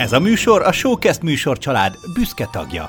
Ez a műsor a Showcast műsorcsalád büszke tagja.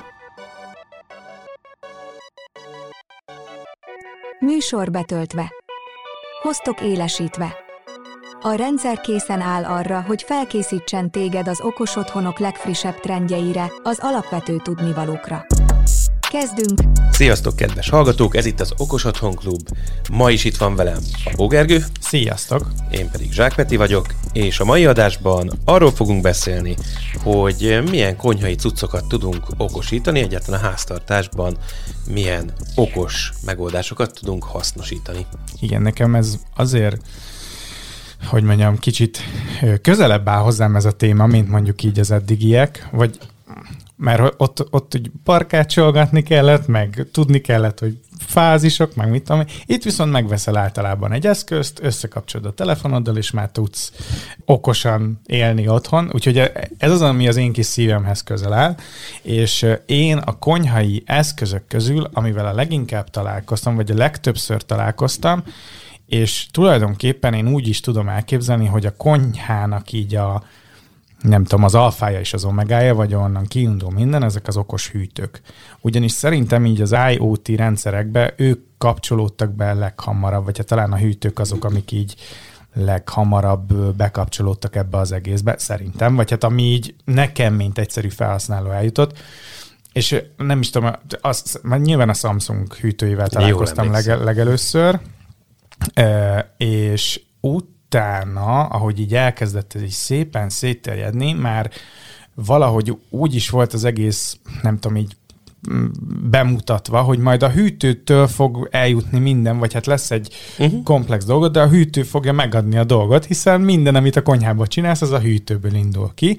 Műsor betöltve. Hoztok élesítve. A rendszer készen áll arra, hogy felkészítsen téged az okos otthonok legfrissebb trendjeire, az alapvető tudnivalókra. Kezdünk! Sziasztok, kedves hallgatók! Ez itt az Okos Otthon Klub. Ma is itt van velem a Bógergő. Sziasztok! Én pedig Zsák Peti vagyok, és a mai adásban arról fogunk beszélni, hogy milyen konyhai cuccokat tudunk okosítani, egyáltalán a háztartásban milyen okos megoldásokat tudunk hasznosítani. Igen, nekem ez azért, hogy mondjam, kicsit közelebb áll hozzám ez a téma, mint mondjuk így az eddigiek, vagy mert ott úgy barkácsolgatni kellett, meg tudni kellett, hogy fázisok, meg mit tudom. Itt viszont megveszel általában egy eszközt, összekapcsolod a telefonoddal, és már tudsz okosan élni otthon. Úgyhogy ez az, ami az én kis szívemhez közel áll. És én a konyhai eszközök közül, amivel a leginkább találkoztam, vagy a legtöbbször találkoztam, és tulajdonképpen én úgy is tudom elképzelni, hogy a konyhának így nem tudom, az alfája és az omegája, vagy onnan kiindul minden, ezek az okos hűtők. Ugyanis szerintem így az IoT rendszerekbe ők kapcsolódtak be leghamarabb, vagy hát talán a hűtők azok, amik így leghamarabb bekapcsolódtak ebbe az egészbe, szerintem, vagy hát ami így nekem, mint egyszerű felhasználó eljutott. És nem is tudom, nyilván a Samsung hűtőivel találkoztam legelőször, és utána, ahogy így elkezdett ez így szépen szétterjedni, már valahogy úgy is volt az egész, nem tudom, így bemutatva, hogy majd a hűtőtől fog eljutni minden, vagy hát lesz egy komplex dolgot, de a hűtő fogja megadni a dolgot, hiszen minden, amit a konyhában csinálsz, az a hűtőből indul ki.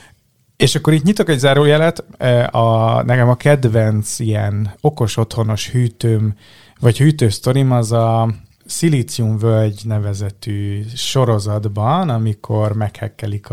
És akkor itt nyitok egy zárójelet, nekem a kedvenc ilyen okos otthonos hűtőm, vagy hűtősztorim az a Szilíciumvölgy nevezetű sorozatban, amikor meghekkelik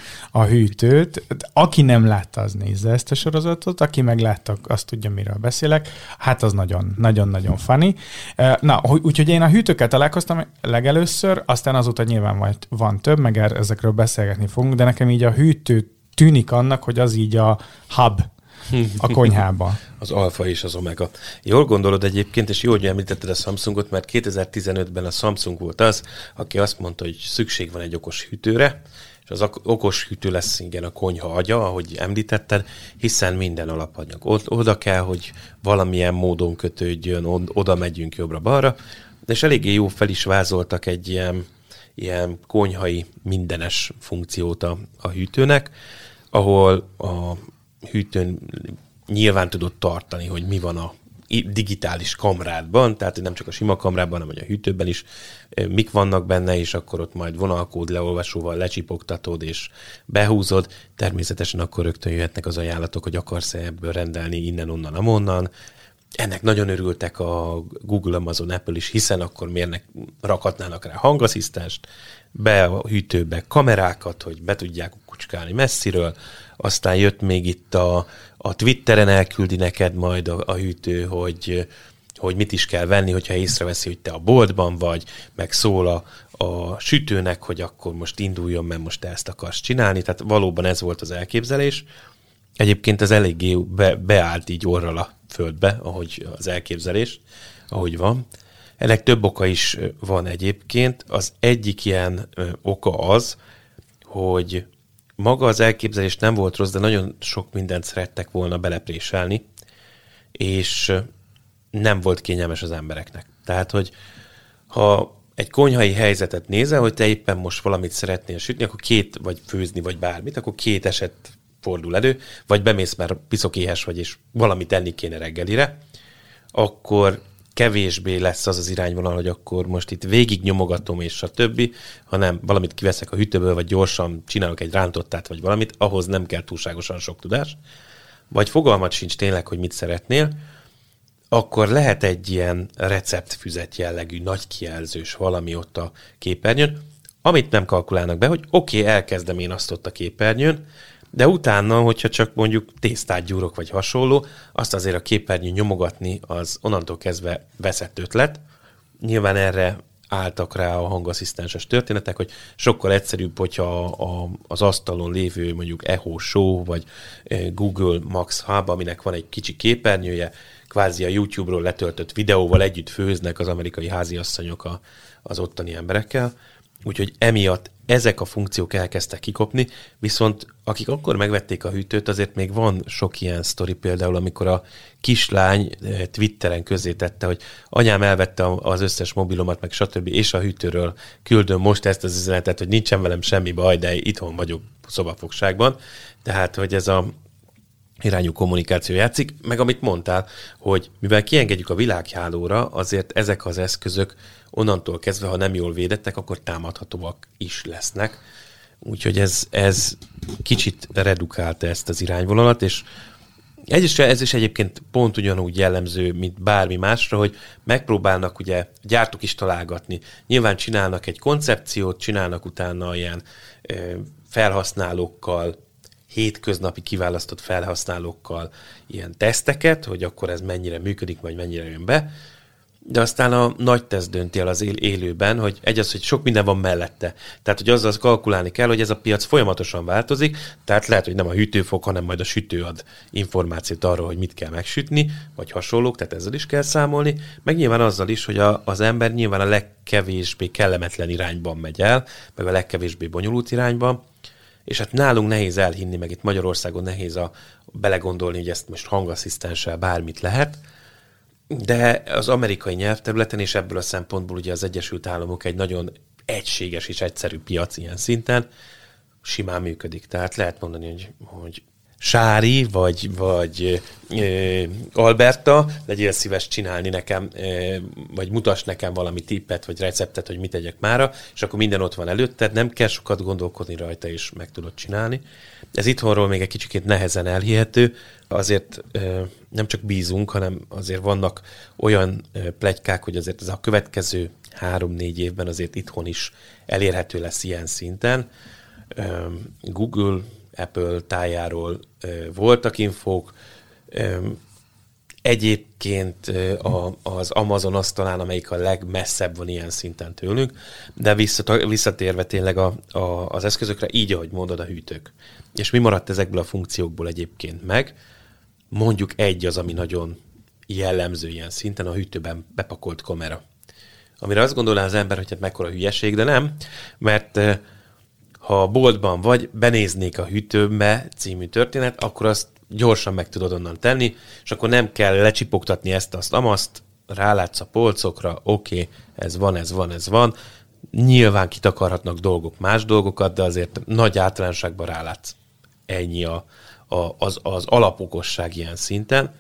a hűtőt. Aki nem látta, az nézze ezt a sorozatot, aki meg látta, azt tudja, miről beszélek. Hát az nagyon-nagyon funny. Na, úgyhogy én a hűtőkkel találkoztam legelőször, aztán azóta nyilván van több, meg ezekről beszélgetni fogunk, de nekem így a hűtő tűnik annak, hogy az így a hub a konyhában. Az alfa és az omega. Jól gondolod egyébként, és jól, hogy említetted a Samsungot, mert 2015-ben a Samsung volt az, aki azt mondta, hogy szükség van egy okos hűtőre, és az okos hűtő lesz igen a konyha agya, ahogy említetted, hiszen minden alapanyag oda kell, hogy valamilyen módon kötődjön, oda megyünk jobbra-balra, és eléggé jó fel is vázoltak egy ilyen konyhai mindenes funkciót a hűtőnek, ahol a hűtőn nyilván tudod tartani, hogy mi van a digitális kamrádban, tehát nem csak a sima kamrában, hanem a hűtőben is mik vannak benne, és akkor ott majd vonalkód leolvasóval lecsipogtatod és behúzod. Természetesen akkor rögtön jöhetnek az ajánlatok, hogy akarsz ebből rendelni innen, onnan, amonnan. Ennek nagyon örültek a Google, Amazon, Apple is, hiszen akkor miért rakhatnának rá hangasszisztenst, be a hűtőbe kamerákat, hogy be tudják kucskálni messziről. Aztán jött még itt a Twitteren elküldi neked majd a hűtő, hogy mit is kell venni, hogyha észreveszi, hogy te a boltban vagy, meg szól a sütőnek, hogy akkor most induljon, mert most te ezt akarsz csinálni. Tehát valóban ez volt az elképzelés. Egyébként ez eléggé beállt így orral a földbe, ahogy az elképzelés, ahogy van. Ennek több oka is van egyébként. Az egyik ilyen oka az, hogy maga az elképzelés nem volt rossz, de nagyon sok mindent szerettek volna belepréselni, és nem volt kényelmes az embereknek. Tehát, hogy ha egy konyhai helyzetet nézel, hogy te éppen most valamit szeretnél sütni, akkor vagy főzni, vagy bármit, akkor két eset fordul elő, vagy bemész, mert piszokéhes vagy, és valamit enni kéne reggelire, akkor kevésbé lesz az irányvonal, hogy akkor most itt végig nyomogatom, és a többi, hanem valamit kiveszek a hűtőből, vagy gyorsan csinálok egy rántottát, vagy valamit, ahhoz nem kell túlságosan sok tudás, vagy fogalmat sincs tényleg, hogy mit szeretnél, akkor lehet egy ilyen receptfüzet jellegű, nagy kijelzős valami ott a képernyőn, amit nem kalkulálnak be, hogy oké, elkezdem én azt ott a képernyőn, de utána, hogyha csak mondjuk tésztát gyúrok, vagy hasonló, azt azért a képernyőn nyomogatni az onnantól kezdve veszett ötlet. Nyilván erre álltak rá a hangasszisztenses történetek, hogy sokkal egyszerűbb, hogyha az asztalon lévő mondjuk Echo Show, vagy Google Max Hub, aminek van egy kicsi képernyője, kvázi a YouTube-ról letöltött videóval együtt főznek az amerikai háziasszonyok az ottani emberekkel. Úgyhogy emiatt ezek a funkciók elkezdtek kikopni, viszont akik akkor megvették a hűtőt, azért még van sok ilyen sztori, például amikor a kislány Twitteren közzétette, hogy anyám elvette az összes mobilomat, meg stb. És a hűtőről küldöm most ezt az üzenetet, hogy nincsen velem semmi baj, de itthon vagyok szobafogságban. Tehát, hogy ez a irányú kommunikáció játszik, meg amit mondtál, hogy mivel kiengedjük a világhálóra, azért ezek az eszközök onnantól kezdve, ha nem jól védettek, akkor támadhatóak is lesznek. Úgyhogy ez kicsit redukálta ezt az irányvonalat, és ez is egyébként pont ugyanúgy jellemző, mint bármi másra, hogy megpróbálnak ugye gyártók is találgatni. Nyilván csinálnak egy koncepciót, csinálnak utána ilyen felhasználókkal, hétköznapi kiválasztott felhasználókkal ilyen teszteket, hogy akkor ez mennyire működik, vagy mennyire jön be, de aztán a nagy teszt dönti el az élőben, hogy hogy sok minden van mellette. Tehát, hogy azzal kalkulálni kell, hogy ez a piac folyamatosan változik, tehát lehet, hogy nem a hűtő fog, hanem majd a sütő ad információt arról, hogy mit kell megsütni, vagy hasonlók, tehát ezzel is kell számolni, meg nyilván azzal is, hogy az ember nyilván a legkevésbé kellemetlen irányban megy el, meg a legkevésbé bonyolult irányban, és hát nálunk nehéz elhinni, meg itt Magyarországon nehéz belegondolni, hogy ezt most hangasszisztenssel bármit lehet, de az amerikai nyelvterületen, és ebből a szempontból ugye az Egyesült Államok egy nagyon egységes és egyszerű piac ilyen szinten, simán működik. Tehát lehet mondani, hogy Sári, vagy Alberta, legyél szíves csinálni nekem, vagy mutass nekem valami tippet, vagy receptet, hogy mit tegyek mára, és akkor minden ott van előtted, nem kell sokat gondolkodni rajta, és meg tudod csinálni. Ez itthonról még egy kicsikét nehezen elhihető, azért nem csak bízunk, hanem azért vannak olyan pletykák, hogy azért ez a következő 3-4 évben azért itthon is elérhető lesz ilyen szinten. Google, Apple tájáról voltak infók, egyébként az Amazon asztalán, amelyik a legmesszebb van ilyen szinten tőlünk, de visszatérve tényleg az eszközökre, így, ahogy mondod, a hűtők. És mi maradt ezekből a funkciókból egyébként meg? Mondjuk egy az, ami nagyon jellemző ilyen szinten, a hűtőben bepakolt kamera. Amire azt gondolná az ember, hogy hát mekkora hülyeség, de nem, mert ha a boltban vagy, benéznék a hűtőbe című történet, akkor azt gyorsan meg tudod onnan tenni, és akkor nem kell lecsipogtatni ezt, amaszt, rálátsz a polcokra, oké, ez van. Nyilván kitakarhatnak dolgok más dolgokat, de azért nagy általánosságban rálátsz. Ennyi az alapokosság ilyen szinten,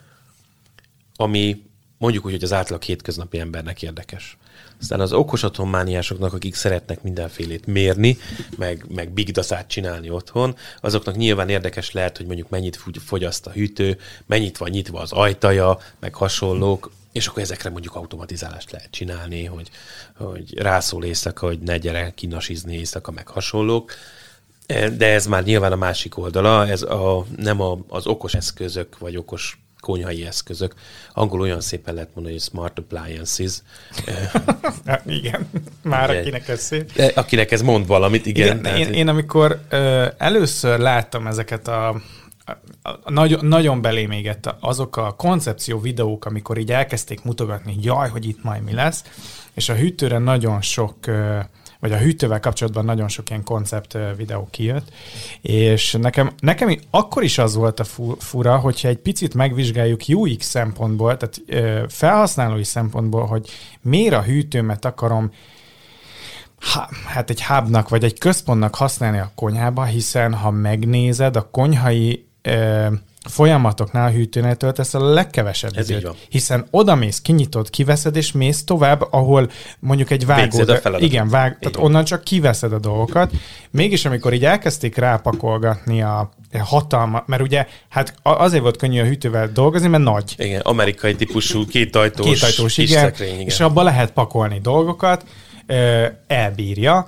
ami mondjuk úgy, hogy az átlag hétköznapi embernek érdekes. Aztán az okos otthonmániásoknak, akik szeretnek mindenfélét mérni, meg big datát csinálni otthon, azoknak nyilván érdekes lehet, hogy mondjuk mennyit fogyaszt a hűtő, mennyit van nyitva az ajtaja, meg hasonlók, és akkor ezekre mondjuk automatizálást lehet csinálni, hogy rászól éjszaka, hogy ne gyere kinasizni éjszaka, meg hasonlók. De ez már nyilván a másik oldala, ez nem az okos eszközök, vagy okos konyhai eszközök. Angol olyan szépen lehet mondani, hogy smart appliances. Igen, már akinek ez szép. Akinek ez mond valamit, igen. Én amikor először láttam ezeket nagyon belém égett azok a koncepció videók, amikor így elkezdték mutogatni, jaj, hogy itt majd mi lesz, és a hűtőre nagyon sok, vagy a hűtővel kapcsolatban nagyon sok ilyen koncept videó kijött, és nekem akkor is az volt a fura, hogyha egy picit megvizsgáljuk UX szempontból, tehát felhasználói szempontból, hogy miért a hűtőmet akarom hát egy hubnak, vagy egy központnak használni a konyhába, hiszen ha megnézed, a konyhai folyamatoknál a hűtőnél töltesz a legkevesebb időt. Hiszen odamész, kinyitod, kiveszed, és mész tovább, ahol mondjuk egy vágó... tehát onnan csak kiveszed a dolgokat. Mégis amikor így elkezdték rápakolgatni a hatalmat, mert ugye hát azért volt könnyű a hűtővel dolgozni, mert nagy. Igen, amerikai típusú kétajtós igen, szekrény, és abba lehet pakolni dolgokat, elbírja,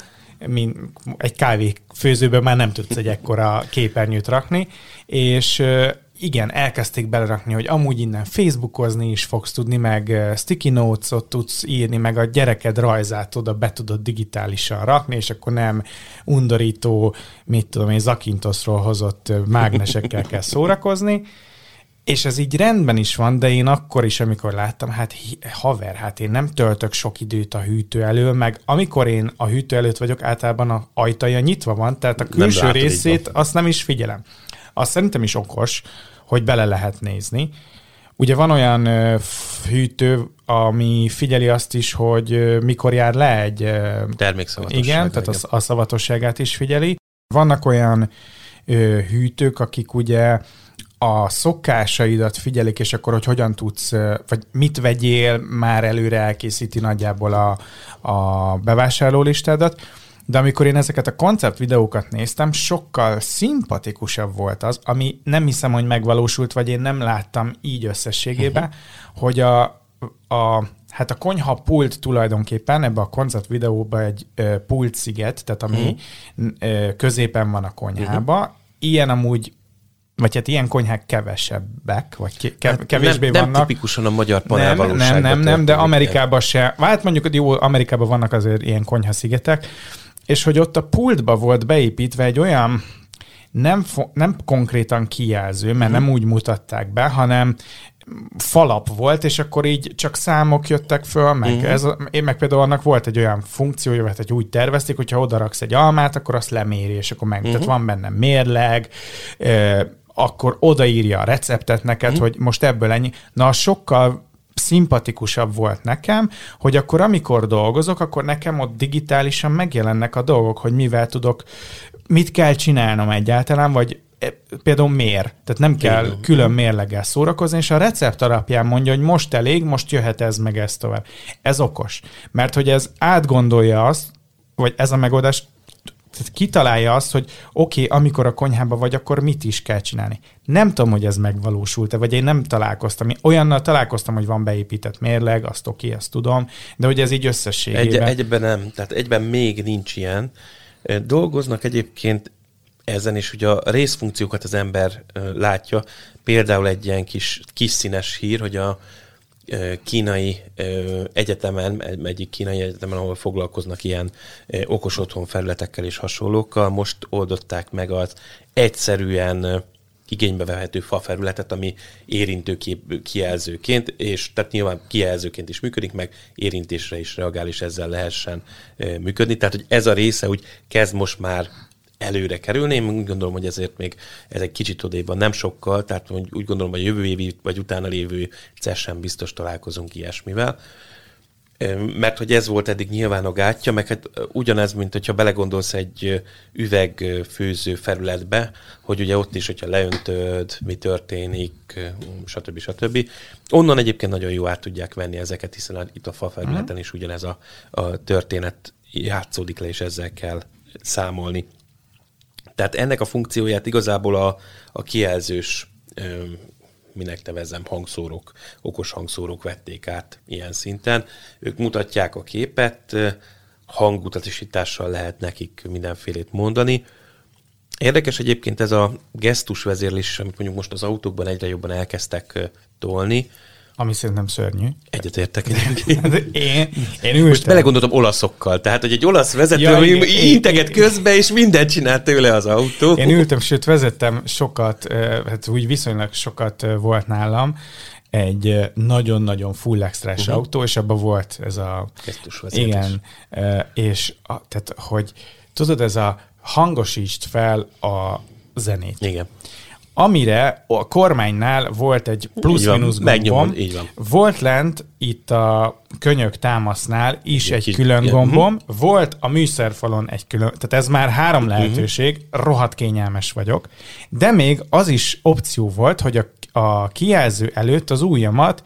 egy kávéfőzőben már nem tudsz egy ekkora képernyőt rakni, és igen, elkezdték belerakni, hogy amúgy innen Facebookozni is fogsz tudni, meg sticky notes-ot tudsz írni, meg a gyereked rajzát oda be tudod digitálisan rakni, és akkor nem undorító, mit tudom én, Zakintoszról hozott mágnesekkel kell szórakozni. És ez így rendben is van, de én akkor is, amikor láttam, hát én nem töltök sok időt a hűtő elől, meg amikor én a hűtő előtt vagyok, általában a ajtaja nyitva van, tehát a külső részét azt nem is figyelem. Azt szerintem is okos, hogy bele lehet nézni. Ugye van olyan hűtő, ami figyeli azt is, hogy mikor jár le egy termékszavatosság. Igen, tehát a szavatosságát is figyeli. Vannak olyan hűtők, akik ugye a szokásaidat figyelik, és akkor, hogy hogyan tudsz, vagy mit vegyél, már előre elkészíti nagyjából a bevásárlólistádat. De amikor én ezeket a koncept videókat néztem, sokkal szimpatikusabb volt az, ami nem hiszem, hogy megvalósult, vagy én nem láttam így összességében, hogy hát a konyha pult tulajdonképpen ebbe a koncept videóba egy pult sziget, tehát ami középen van a konyhába. Ilyen amúgy, vagy hát ilyen konyhák kevesebbek, vagy kevésbé nem vannak. Nem tipikusan a magyar panelvalóságban. Nem, de Amerikában se. Hát mondjuk, hogy jó, Amerikában vannak azért ilyen konyhaszigetek, és hogy ott a pultba volt beépítve egy olyan nem konkrétan kijelző, mert nem úgy mutatták be, hanem falap volt, és akkor így csak számok jöttek föl, meg én meg például annak volt egy olyan funkciója, hogy úgy tervezték, hogyha odaraksz egy almát, akkor azt leméri, és akkor meg, tehát van benne mérleg, akkor odaírja a receptet neked, hogy most ebből ennyi. Na, sokkal szimpatikusabb volt nekem, hogy akkor amikor dolgozok, akkor nekem ott digitálisan megjelennek a dolgok, hogy mivel tudok, mit kell csinálnom egyáltalán, vagy például miért. Tehát nem kell külön mérleggel szórakozni, és a recept alapján mondja, hogy most elég, most jöhet ez meg ez tovább. Ez okos. Mert hogy ez átgondolja azt, vagy ez a megoldás kitalálja azt, hogy oké, amikor a konyhában vagy, akkor mit is kell csinálni. Nem tudom, hogy ez megvalósult-e, vagy én nem találkoztam. Olyannal találkoztam, hogy van beépített mérleg, azt oké, azt tudom, de hogy ez így összességében. Egyben nem, tehát egyben még nincs ilyen. Dolgoznak egyébként ezen is, hogy a részfunkciókat az ember látja. Például egy ilyen kis színes hír, hogy a kínai egyetemen, egyik kínai egyetemen, ahol foglalkoznak ilyen okos otthon felületekkel és hasonlókkal, most oldották meg az egyszerűen igénybe vehető fafelületet, ami érintő kijelzőként, és tehát nyilván kijelzőként is működik, meg érintésre is reagál, és ezzel lehessen működni. Tehát, hogy ez a része úgy kezd most már előre kerülni. Én úgy gondolom, hogy ezért még ez egy kicsit odébb van, nem sokkal, tehát úgy gondolom, hogy a jövő évi vagy utána lévő CES-en biztos találkozunk ilyesmivel. Mert hogy ez volt eddig nyilván a gátja, meg hát ugyanez, mint hogyha belegondolsz egy üvegfőző felületbe, hogy ugye ott is, hogyha leöntöd, mi történik, stb. Onnan egyébként nagyon jó át tudják venni ezeket, hiszen itt a fa felületen is ugyanez a történet játszódik le, és ezzel kell számolni. Tehát ennek a funkcióját igazából a kijelzős, minek nevezzem, hangszórók, okos hangszórók vették át ilyen szinten. Ők mutatják a képet, hangutasítással lehet nekik mindenfélét mondani. Érdekes egyébként ez a gesztusvezérlés, amit mondjuk most az autókban egyre jobban elkezdtek tolni. Ami szerintem szörnyű. Egyetértek egyébként. Én ültem. Most belegondoltam olaszokkal. Tehát, hogy egy olasz vezető integet közbe, és mindent csinál tőle az autó. Én ültem, sőt vezettem sokat, hát úgy viszonylag sokat volt nálam, egy nagyon-nagyon full extrás autó, és abban volt ez a... Gesztusvezetés. Igen, és tehát, hogy tudod, ez a hangosítsd fel a zenét. Igen. Amire a kormánynál volt egy plusz-minusz gombom, volt lent itt a könyök támasznál is egy külön gombom, volt a műszerfalon egy külön, tehát ez már 3 lehetőség, rohadt kényelmes vagyok, de még az is opció volt, hogy a kijelző előtt az ujjamat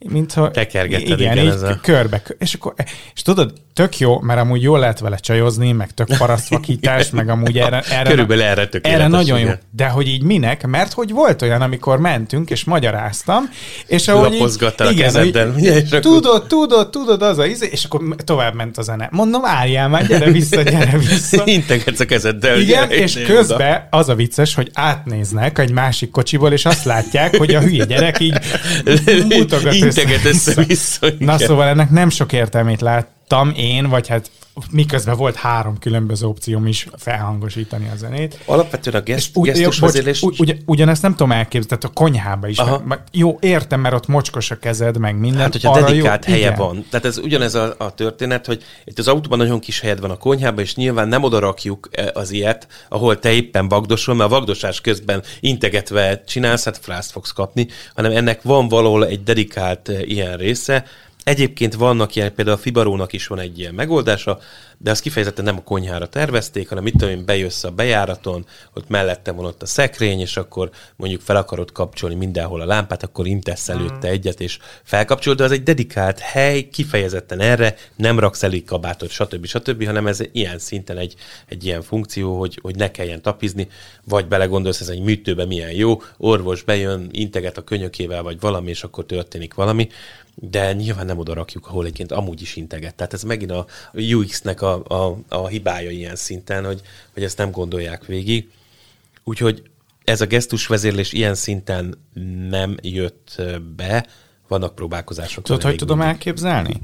mintha... Tekergetted, igen, így körbe. És tudod, tök jó, mert amúgy jól lehet vele csajozni, meg tök parasztvakítás, meg amúgy erre körülbelül erre tökéletes. Erre nagyon jó. De hogy így minek? Mert hogy volt olyan, amikor mentünk, és magyaráztam, és ahogy lapozgattál a kezeddel. Tudod, az a íze, és akkor tovább ment a zene. Mondom, álljál már, gyere vissza. Integetsz a kezeddel. Igen, és közben az a vicces, hogy átnéznek egy másik kocsiból, és azt látják, hogy a hülye gyerek így mutogat össze-vissza. Na szóval ennek nem sok értelmét láttam én, vagy hát miközben volt 3 különböző opcióm is felhangosítani a zenét. Alapvetően a gesztusvezérlés... Ugyanezt nem tudom elképzelni, tehát a konyhába is. Jó, értem, mert ott mocskos a kezed, meg minden. Hát, hogyha dedikált helye van. Tehát ez ugyanez a történet, hogy itt az autóban nagyon kis helyed van a konyhában, és nyilván nem oda rakjuk az ilyet, ahol te éppen vagdosol, mert a vagdosás közben integetve csinálsz, hát frászt fogsz kapni, hanem ennek van valahol egy dedikált ilyen része. Egyébként vannak ilyen, például a Fibarónak is van egy ilyen megoldása, de azt kifejezetten nem a konyhára tervezték, hanem mit tudom én, bejössz a bejáraton, ott mellettem van ott a szekrény, és akkor mondjuk fel akarod kapcsolni mindenhol a lámpát, akkor intesz előtte egyet, és felkapcsolod, de az egy dedikált hely, kifejezetten erre, nem raksz elég kabátot, stb., hanem ez ilyen szinten egy ilyen funkció, hogy ne kelljen tapizni, vagy belegondolsz, ez egy műtőben milyen jó, orvos bejön, integet a könyökével, vagy valami, és akkor történik valami. De nyilván nem oda rakjuk, ahol egyébként amúgy is integet. Tehát ez megint a UX-nek a hibája ilyen szinten, hogy ezt nem gondolják végig. Úgyhogy ez a gesztusvezérlés ilyen szinten nem jött be, vannak próbálkozások. Tudod, hogy tudom elképzelni?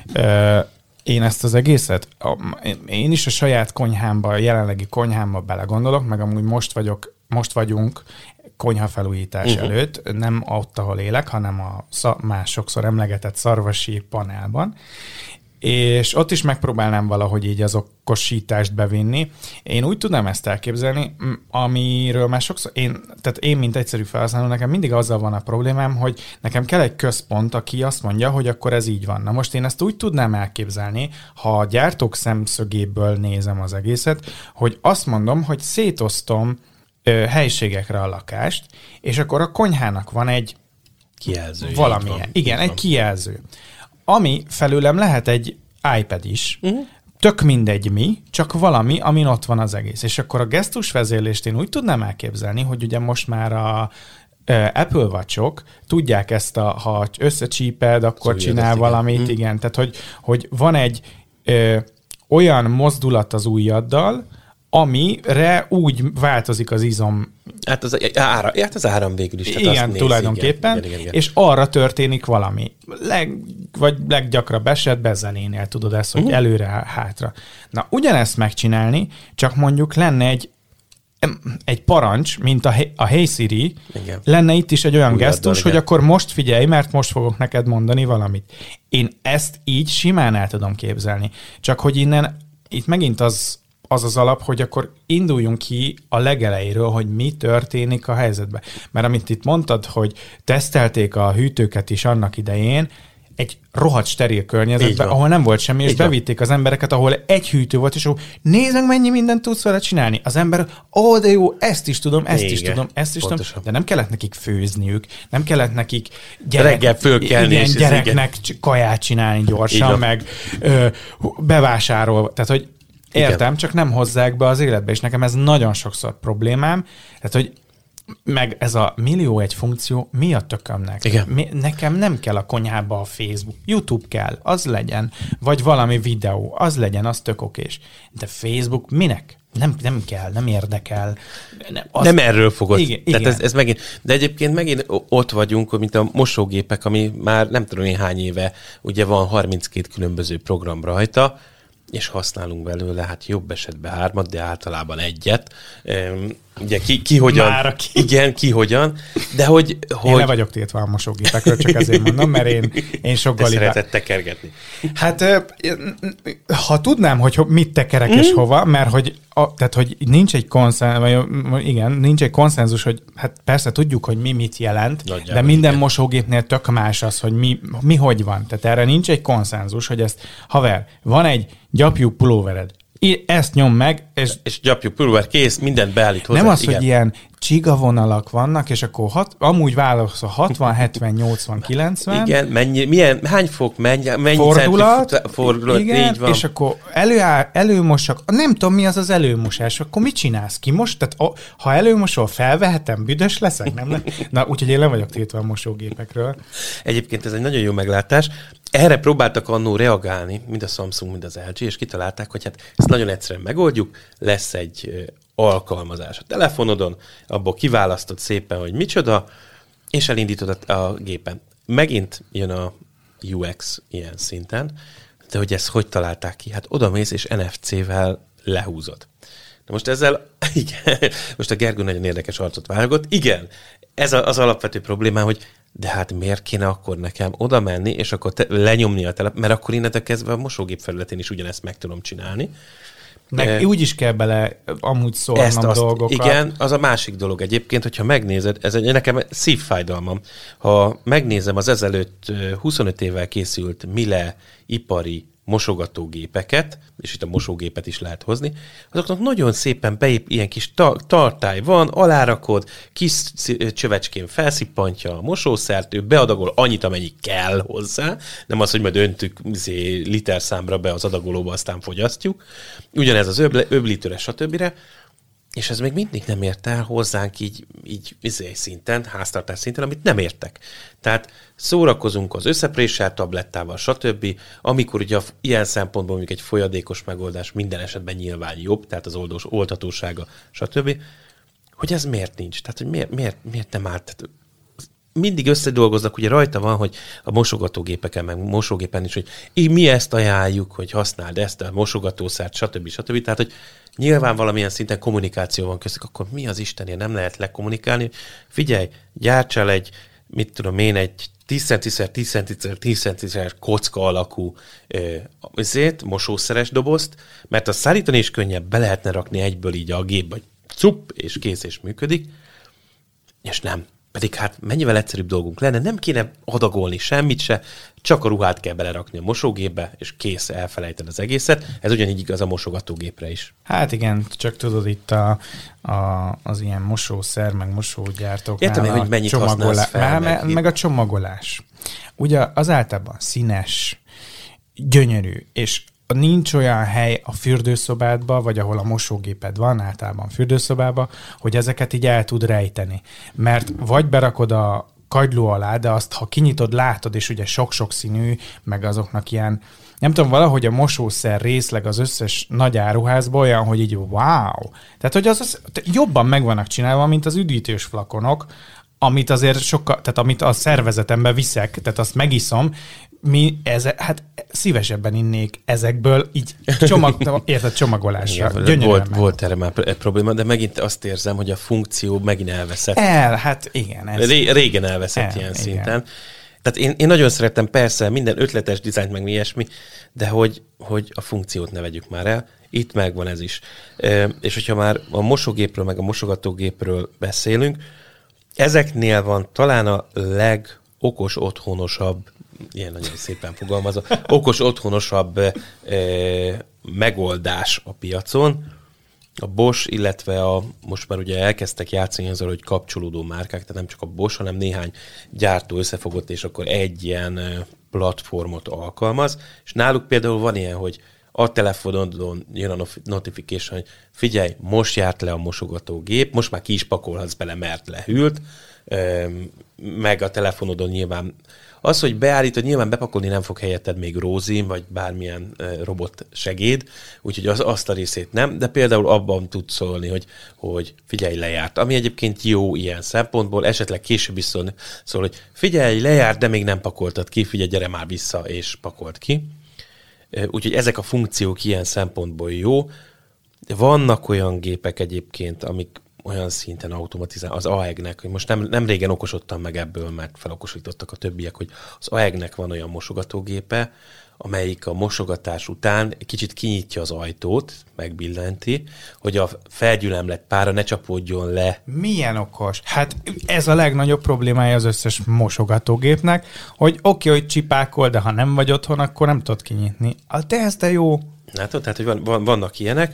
Én ezt az egészet, én is a saját konyhámba, a jelenlegi konyhámba belegondolok, meg amúgy most vagyunk konyhafelújítás előtt, nem ott, ahol élek, hanem a már sokszor emlegetett szarvasi panelban, és ott is megpróbálnám valahogy így az okosítást bevinni. Én úgy tudnám ezt elképzelni, amiről már sokszor, én mint egyszerű felhasználó, nekem mindig azzal van a problémám, hogy nekem kell egy központ, aki azt mondja, hogy akkor ez így van. Na most én ezt úgy tudnám elképzelni, ha a gyártók szemszögéből nézem az egészet, hogy azt mondom, hogy szétosztom helyiségekre a lakást, és akkor a konyhának van egy kijelző. Valamilyen. Igen, egy kijelző. Ami felőlem lehet egy iPad is, tök mindegy mi, csak valami, amin ott van az egész. És akkor a gesztusvezérlést én úgy tudnám elképzelni, hogy ugye most már a Apple Watch-ok tudják ezt, ha összecsíped, akkor szóval csinál valamit, igen. Tehát, hogy van egy olyan mozdulat az ujjaddal, amire úgy változik az izom. Hát az áram végül is. Igen, tulajdonképpen. Igen. És arra történik valami. Vagy leggyakrabb eset bezenénél tudod ezt, hogy előre-hátra. Na, ugyanezt megcsinálni, csak mondjuk lenne egy parancs, mint a Hey Siri, igen. Lenne itt is egy olyan gesztus, hogy akkor most figyelj, mert most fogok neked mondani valamit. Én ezt így simán el tudom képzelni. Csak hogy innen, itt megint az alap, hogy akkor induljunk ki a legelejéről, hogy mi történik a helyzetben. Mert amit itt mondtad, hogy tesztelték a hűtőket is annak idején, egy rohadt steril környezetben, ahol nem volt semmi, és bevitték az embereket, ahol egy hűtő volt, és ahol nézd meg, mennyi mindent tudsz vele csinálni. Az ember, de jó, ezt is tudom, tudom, de nem kellett nekik főzniük, nem kellett nekik reggel fölkelni, gyereknek kaját csinálni gyorsan, meg bevásárol. Tehát, hogy értem, csak nem hozzák be az életbe, és nekem ez nagyon sokszor problémám. Tehát, hogy meg ez a millió egy funkció, mi a tökömnek? Nekem nem kell a konyhába a Facebook. YouTube kell, az legyen. Vagy valami videó, az legyen, az tök okés. De Facebook minek? Nem kell, nem érdekel. Nem erről fogod. Igen. Tehát ez megint, de egyébként megint ott vagyunk, mint a mosógépek, ami már nem tudom én hány éve, ugye van 32 különböző program rajta, és használunk belőle, hát jobb esetben 3, de általában 1. Ugye ki hogyan? Igen, ki hogyan. De hogy... Én le vagyok tiltva a mosógépekről, csak ezért mondom, mert én sok szeretett tekergetni. Hát, ha tudnám, hogy mit tekerek és hova, mert tehát, hogy nincs egy nincs egy konszenzus, hogy hát persze tudjuk, hogy mi mit jelent, nagyjából, de minden mosógépnél tök más az, hogy mi hogy van. Tehát erre nincs egy konszenzus, hogy ezt, haver, van egy gyapjú pulóvered, ezt nyom meg, és gyapjú pulóver kész, mindent beállít hozzá. Nem az, igen. Hogy ilyen csigavonalak vannak, és akkor amúgy válaszol 60, 70, 80, 90. Igen, hány fok, mennyi fordulat, igen, így van. És akkor előmosak, nem tudom mi az előmosás, akkor mit csinálsz? Kimost? Tehát ha előmosol, felvehetem, büdös leszek? Nem? Na, úgyhogy én le vagyok tiltva a mosógépekről. Egyébként ez egy nagyon jó meglátás. Erre próbáltak annó reagálni, mind a Samsung, mind az LG, és kitalálták, hogy hát ezt nagyon egyszerűen megoldjuk, lesz egy alkalmazás a telefonodon, abból kiválasztod szépen, hogy micsoda, és elindítod a gépen. Megint jön a UX ilyen szinten, de hogy ezt hogy találták ki? Hát odamész, és NFC-vel lehúzod. De most ezzel, igen, most a Gergő nagyon érdekes arcot vágott. Igen, ez az alapvető problémám, hogy de hát miért kéne akkor nekem oda menni, és akkor lenyomni a mert akkor innentől kezdve a mosógép felületén is ugyanezt meg tudom csinálni. Meg úgy is kell bele amúgy szólnom dolgokat. Igen, az a másik dolog egyébként, hogyha megnézed, nekem szívfájdalmam, ha megnézem az ezelőtt 25 évvel készült Miele ipari mosogatógépeket, és itt a mosógépet is lehet hozni, azoknak nagyon szépen ilyen kis tartály van, alárakod, kis csövecskén felszippantja a mosószert, ő beadagol annyit, amennyi kell hozzá, nem az, hogy majd öntük literszámra be az adagolóba, aztán fogyasztjuk. Ugyanez az öblítőre, stb. És ez még mindig nem ért el hozzánk így szinten, háztartás szinten, amit nem értek. Tehát szórakozunk az összepréssel tablettával, stb., amikor ugye ilyen szempontból mondjuk egy folyadékos megoldás minden esetben nyilván jobb, tehát az oldhatósága, stb., hogy ez miért nincs? Tehát, hogy miért nem állt? Tehát mindig összedolgoznak, ugye rajta van, hogy a mosogatógépeken, meg mosógépen is, hogy mi ezt ajánljuk, hogy használd ezt a mosogatószert, stb. Tehát, hogy nyilván valamilyen szinten kommunikáció van köztük, akkor mi az Istenért nem lehet lekommunikálni? Figyelj, gyártsál egy 10 cm kocka alakú mosószeres dobozt, mert azt szállítani is könnyebb, be lehetne rakni egyből így a gépbe, hogy cupp, és kész, és működik, és nem. Pedig hát mennyivel egyszerűbb dolgunk lenne, nem kéne adagolni semmit se, csak a ruhát kell belerakni a mosógépbe, és kész, elfelejted az egészet. Ez ugyanígy igaz a mosogatógépre is. Hát igen, csak tudod itt az ilyen mosószer, meg mosógyártóknál értem, hogy mennyit használsz fel. Meg a csomagolás. Ugye az általában színes, gyönyörű, és nincs olyan hely a fürdőszobádban, vagy ahol a mosógéped van, általában fürdőszobában, hogy ezeket így el tud rejteni. Mert vagy berakod a kagyló alá, de azt, ha kinyitod, látod, és ugye sok-sok színű, meg azoknak ilyen, nem tudom, valahogy a mosószer részleg az összes nagy áruházban olyan, hogy így wow! Tehát, hogy az jobban meg vannak csinálva, mint az üdítős flakonok, amit azért tehát amit a szervezetembe viszek, tehát azt megiszom, hát szívesebben innék ezekből így csomagolásra. Volt erre már egy probléma, de megint azt érzem, hogy a funkció megint elveszett. Hát igen. Régen elveszett ilyen szinten. Tehát én nagyon szeretem persze minden ötletes dizájnt, meg ilyesmi, de hogy a funkciót ne vegyük már el. Itt megvan ez is. És hogyha már a mosógépről, meg a mosogatógépről beszélünk, ezeknél van talán a legokos otthonosabb, ilyen nagyon szépen fogalmazva, okos otthonosabb megoldás a piacon. A Bosch, illetve most már ugye elkezdtek játszani azzal, hogy kapcsolódó márkák, tehát nem csak a Bosch, hanem néhány gyártó összefogott, és akkor egy ilyen platformot alkalmaz. És náluk például van ilyen, hogy a telefonodon jön a notification, hogy figyelj, most járt le a mosogatógép, most már ki is pakolhatsz bele, mert lehűlt, meg a telefonodon nyilván az, hogy beállítod, nyilván bepakolni nem fog helyetted még Rózi, vagy bármilyen robot segéd, úgyhogy azt a részét nem, de például abban tudsz szólni, hogy figyelj, lejárt. Ami egyébként jó ilyen szempontból, esetleg később is szól, hogy figyelj, lejárt, de még nem pakoltad ki, figyelj, gyere már vissza, és pakolt ki. Úgyhogy ezek a funkciók ilyen szempontból jó. Vannak olyan gépek egyébként, amik olyan szinten automatizál, az AEG-nek, hogy most nem régen okosodtam meg ebből, mert felokosítottak a többiek, hogy az AEG-nek van olyan mosogatógépe, amelyik a mosogatás után kicsit kinyitja az ajtót, megbillenti, hogy a felgyülemlett pára ne csapódjon le. Milyen okos? Hát ez a legnagyobb problémája az összes mosogatógépnek, hogy oké, hogy csipákol, de ha nem vagy otthon, akkor nem tudod kinyitni. De ez de jó. Látod, tehát, hogy vannak ilyenek.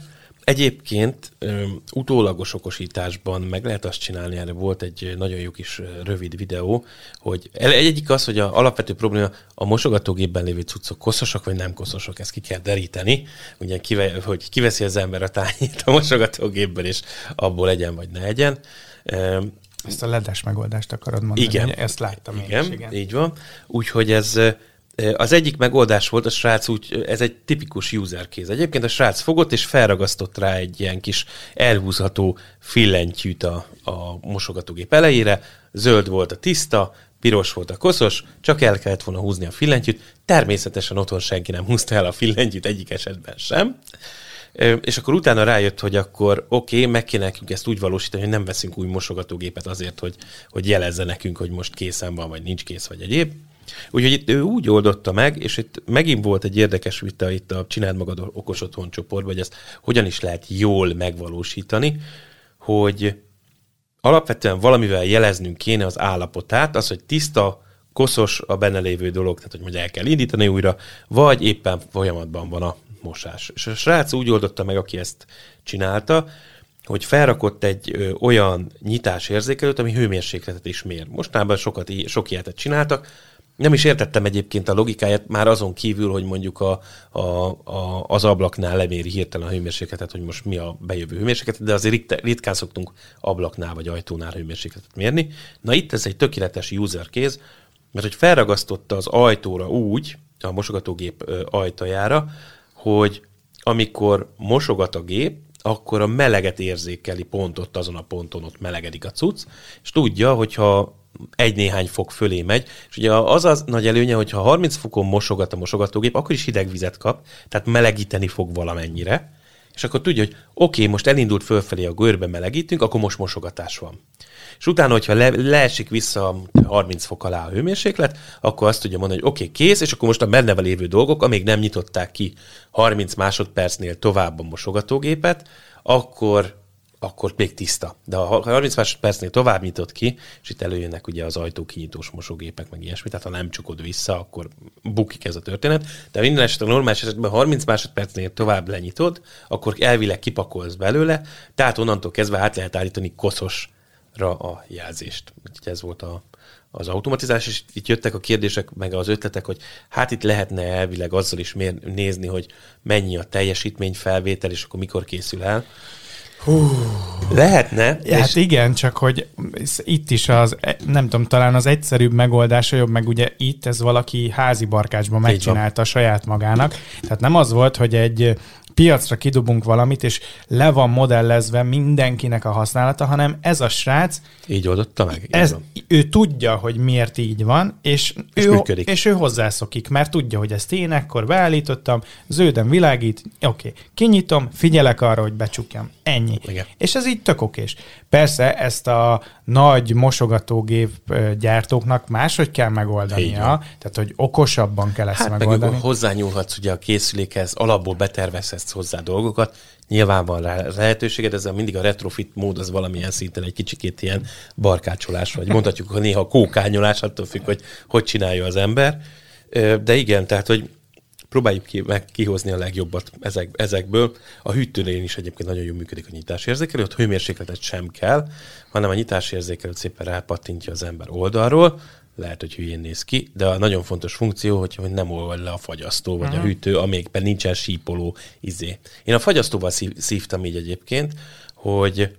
Egyébként utólagos okosításban meg lehet azt csinálni, erre volt egy nagyon jó kis rövid videó, hogy egyik az, hogy az alapvető probléma a mosogatógépben lévő cuccok koszosak vagy nem koszosak, ezt ki kell deríteni, ugye hogy kiveszi az ember a tányét a mosogatógépből, és abból legyen vagy ne legyen. Ezt a ledes megoldást akarod mondani, igen. Ezt láttam igen, én is, igen. Így van. Úgyhogy ez az egyik megoldás volt, a srác ez egy tipikus user case. Egyébként a srác fogott és felragasztott rá egy ilyen kis elhúzható fillentyűt a mosogatógép elejére, zöld volt a tiszta, piros volt a koszos, csak el kellett volna húzni a fillentyűt, természetesen otthon senki nem húzta el a fillentyűt, egyik esetben sem. És akkor utána rájött, hogy akkor meg kéne nekünk ezt úgy valósítani, hogy nem veszünk új mosogatógépet azért, hogy jelezze nekünk, hogy most készen van, vagy nincs kész, vagy egyéb. Úgyhogy itt ő úgy oldotta meg, és itt megint volt egy érdekes vita itt a Csináld magad okos otthon csoportban, hogy ezt hogyan is lehet jól megvalósítani, hogy alapvetően valamivel jeleznünk kéne az állapotát, az, hogy tiszta, koszos a benne lévő dolog, tehát hogy majd el kell indítani újra, vagy éppen folyamatban van a mosás. És a srác úgy oldotta meg, aki ezt csinálta, hogy felrakott egy olyan nyitásérzékelőt, ami hőmérsékletet is mér. Mostanában sok ilyetet csináltak. Nem is értettem egyébként a logikáját, már azon kívül, hogy mondjuk az ablaknál leméri hirtelen a hőmérsékletet, hogy most mi a bejövő hőmérséklet, de azért ritkán szoktunk ablaknál vagy ajtónál hőmérsékletet mérni. Na itt ez egy tökéletes user case, mert hogy felragasztotta az ajtóra úgy, a mosogatógép ajtajára, hogy amikor mosogat a gép, akkor a meleget érzékeli pont ott azon a ponton, ott melegedik a cucc, és tudja, hogyha egy-néhány fok fölé megy, és ugye az nagy előnye, hogyha 30 fokon mosogat a mosogatógép, akkor is hideg vizet kap, tehát melegíteni fog valamennyire, és akkor tudja, hogy oké, most elindult fölfelé a görbe, melegítünk, akkor most mosogatás van. És utána, hogyha leesik vissza 30 fok alá a hőmérséklet, akkor azt tudja mondani, hogy oké, kész, és akkor most a benne lévő dolgok, amíg nem nyitották ki 30 másodpercnél tovább a mosogatógépet, akkor még tiszta. De ha 30 másodpercnél tovább nyitott ki, és itt előjönnek ugye az ajtókinyitós mosógépek, meg ilyesmi, tehát ha nem csukod vissza, akkor bukik ez a történet. De minden esetben normális esetben 30 másodpercnél tovább lenyitod, akkor elvileg kipakolsz belőle, tehát onnantól kezdve át lehet állítani koszosra a jelzést. Úgyhogy ez volt az automatizás, és itt jöttek a kérdések, meg az ötletek, hogy hát itt lehetne elvileg azzal is nézni, hogy mennyi a teljesítményfelvétel, és akkor mikor készül el. Lehetne. Hát igen, csak hogy itt is nem tudom, talán az egyszerűbb megoldása jobb, meg ugye itt ez valaki házi barkácsban megcsinálta saját magának. Tehát nem az volt, hogy egy piacra kidobunk valamit, és le van modellezve mindenkinek a használata, hanem ez a srác így oldotta meg. Ő tudja, hogy miért így van, és ő hozzászokik, mert tudja, hogy ezt én ekkor beállítottam, zölden világít, oké, kinyitom, figyelek arra, hogy becsukjam. Ennyi. Igen. És ez így tök okés. Persze ezt a nagy mosogatógép gyártóknak máshogy kell megoldania, tehát hogy okosabban kell ezt megoldani. Meg hozzányúlhatsz ugye a készülékhez, alapból betervezhetsz hozzá dolgokat, nyilván van rá lehetőséged, ezzel mindig a retrofit mód az valamilyen szinten egy kicsikét ilyen barkácsolás, vagy mondhatjuk, hogy néha kókányolás, attól függ, hogy csinálja az ember. De igen, tehát, hogy próbáljuk meg kihozni a legjobbat ezekből. A hűtőnél is egyébként nagyon jól működik a nyitásérzékelő, ott hőmérsékletet sem kell, hanem a nyitásérzékelőt szépen rápattintja az ember oldalról, lehet, hogy hülyén néz ki, de a nagyon fontos funkció, hogy nem olvad le a fagyasztó, vagy a hűtő, amelyikben nincsen sípoló izé. Én a fagyasztóval szívtam így egyébként, hogy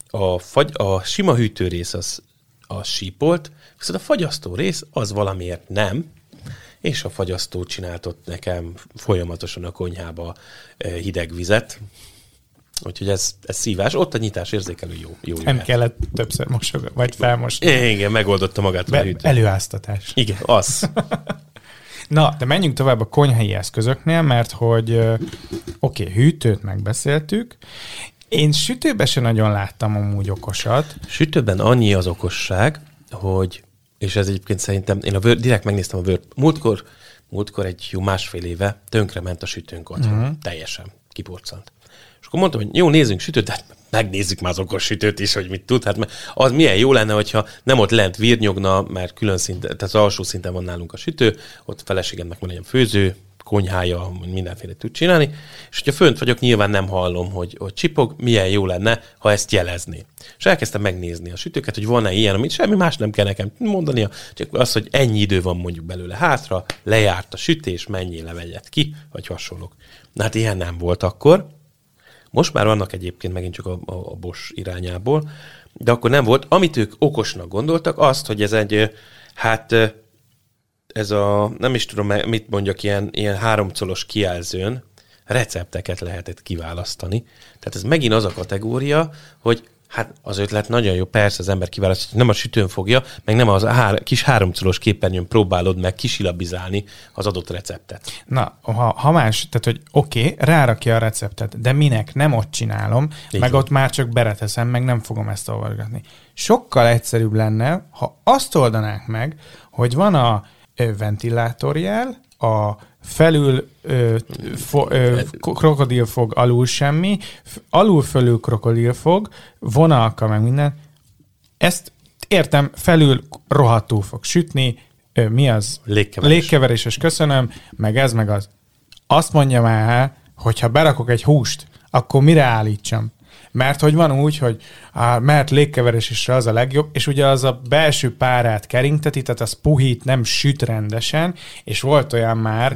a sima hűtő rész az sípolt, viszont a fagyasztó rész az valamiért nem, és a fagyasztó csináltott nekem folyamatosan a konyhába hideg vizet. Úgyhogy ez szívás. Ott a nyitásérzékelő jó. Nem kellett többször mosogatni, vagy felmosni. Igen, megoldotta magát a hűtő. Előáztatás. Igen, az. Na, de menjünk tovább a konyhai eszközöknél, mert hogy hűtőt megbeszéltük. Én sütőben sem nagyon láttam amúgy okosat. Sütőben annyi az okosság, hogy, és ez egyébként szerintem, én direkt megnéztem a Word, múltkor egy jó másfél éve tönkrement a sütőnk otthon. Teljesen kiporcant. És akkor mondtam, hogy jó, nézzünk sütőt, de hát megnézzük már az okos sütőt is, hogy mit tud. Hát az milyen jó lenne, hogyha nem ott lent virnyogna, mert külön szinten, tehát az alsó szinten van nálunk a sütő, ott feleségemnek van egy főző konyhája, mindenféle tud csinálni, és hogyha fönt vagyok, nyilván nem hallom, hogy csipog, milyen jó lenne, ha ezt jelezni. És elkezdtem megnézni a sütőket, hogy van-e ilyen, amit semmi más nem kell nekem mondania, csak az, hogy ennyi idő van mondjuk belőle hátra, lejárt a sütés, mennyi levegyet ki, vagy hasonlók. Na hát ilyen nem volt akkor. Most már vannak egyébként megint csak a Bosch irányából, de akkor nem volt. Amit ők okosnak gondoltak, azt, hogy ez egy, ez a, nem is tudom, mit mondjak, ilyen 3 colos kijelzőn recepteket lehetett kiválasztani. Tehát ez megint az a kategória, hogy hát az ötlet nagyon jó, persze az ember kiválasztja, nem a sütőn fogja, meg nem az kis 3 colos képernyőn próbálod meg kisilabizálni az adott receptet. Na, ha más, tehát hogy oké, rárakja a receptet, de minek? Nem ott csinálom, így meg van. Ott már csak bereteszem, meg nem fogom ezt olvasgatni. Sokkal egyszerűbb lenne, ha azt oldanák meg, hogy van a ventilátorjel, a felül krokodilfog, alul semmi, alul fölül krokodilfog, vonalka meg minden. Ezt értem, felül rohadtul fog sütni, mi az? Légkeveréses, köszönöm, meg ez, meg az. Azt mondja már, hogyha berakok egy húst, akkor mire állítsam? Mert hogy van úgy, hogy mert légkeverésre az a legjobb, és ugye az a belső párát keringteti, tehát az puhít, nem süt rendesen, és volt olyan már,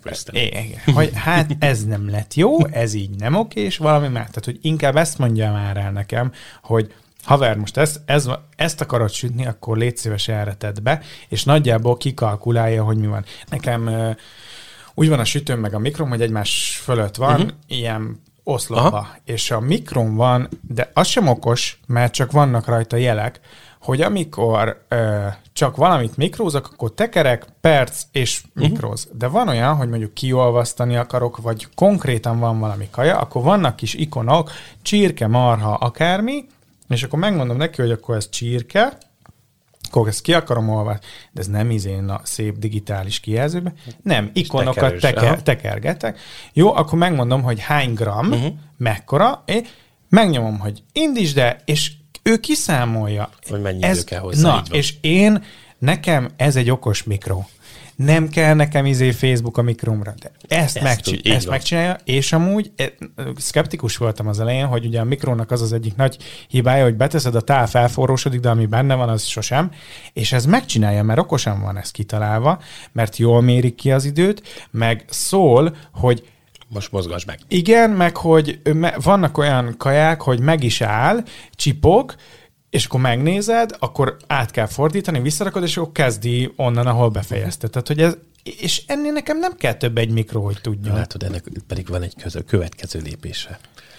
hogy hát ez nem lett jó, ez így nem oké, és valami már. Tehát, hogy inkább ezt mondja már el nekem, hogy haver, most ezt akarod sütni, akkor légy szíves, erre tedd be, és nagyjából kikalkulálja, hogy mi van. Nekem úgy van a sütőm meg a mikrom, hogy egymás fölött van, ilyen oszlopba, aha, és a mikron van, de az sem okos, mert csak vannak rajta jelek, hogy amikor csak valamit mikrózok, akkor tekerek, perc és mikróz. De van olyan, hogy mondjuk kiolvasztani akarok, vagy konkrétan van valami kaja, akkor vannak kis ikonok, csirke, marha, akármi, és akkor megmondom neki, hogy akkor ez csirke, akkor ezt ki akarom olvasni, de ez nem a szép digitális kijelzőben, nem, ikonokat tekergetek. Jó, akkor megmondom, hogy hány gram, mekkora, megnyomom, hogy indítsd el, és ő kiszámolja. Hogy mennyi idő kell hozzá. Na, és nekem ez egy okos mikro. Nem kell nekem Facebook a mikromra. De ezt megcsinálja, és amúgy szkeptikus voltam az elején, hogy ugye a mikrónak az egyik nagy hibája, hogy beteszed, a tál felforrósodik, de ami benne van, az sosem. És ez megcsinálja, mert okosan van ez kitalálva, mert jól mérik ki az időt, meg szól, hogy most mozgass meg. Igen, meg hogy vannak olyan kaják, hogy meg is áll, csipog, és akkor megnézed, akkor át kell fordítani, visszarakod, és akkor kezdi onnan, ahol befejezte. Tehát, hogy ez, és ennél nekem nem kell több egy mikro, hogy tudjon. Látod, ennek pedig van egy következő lépése.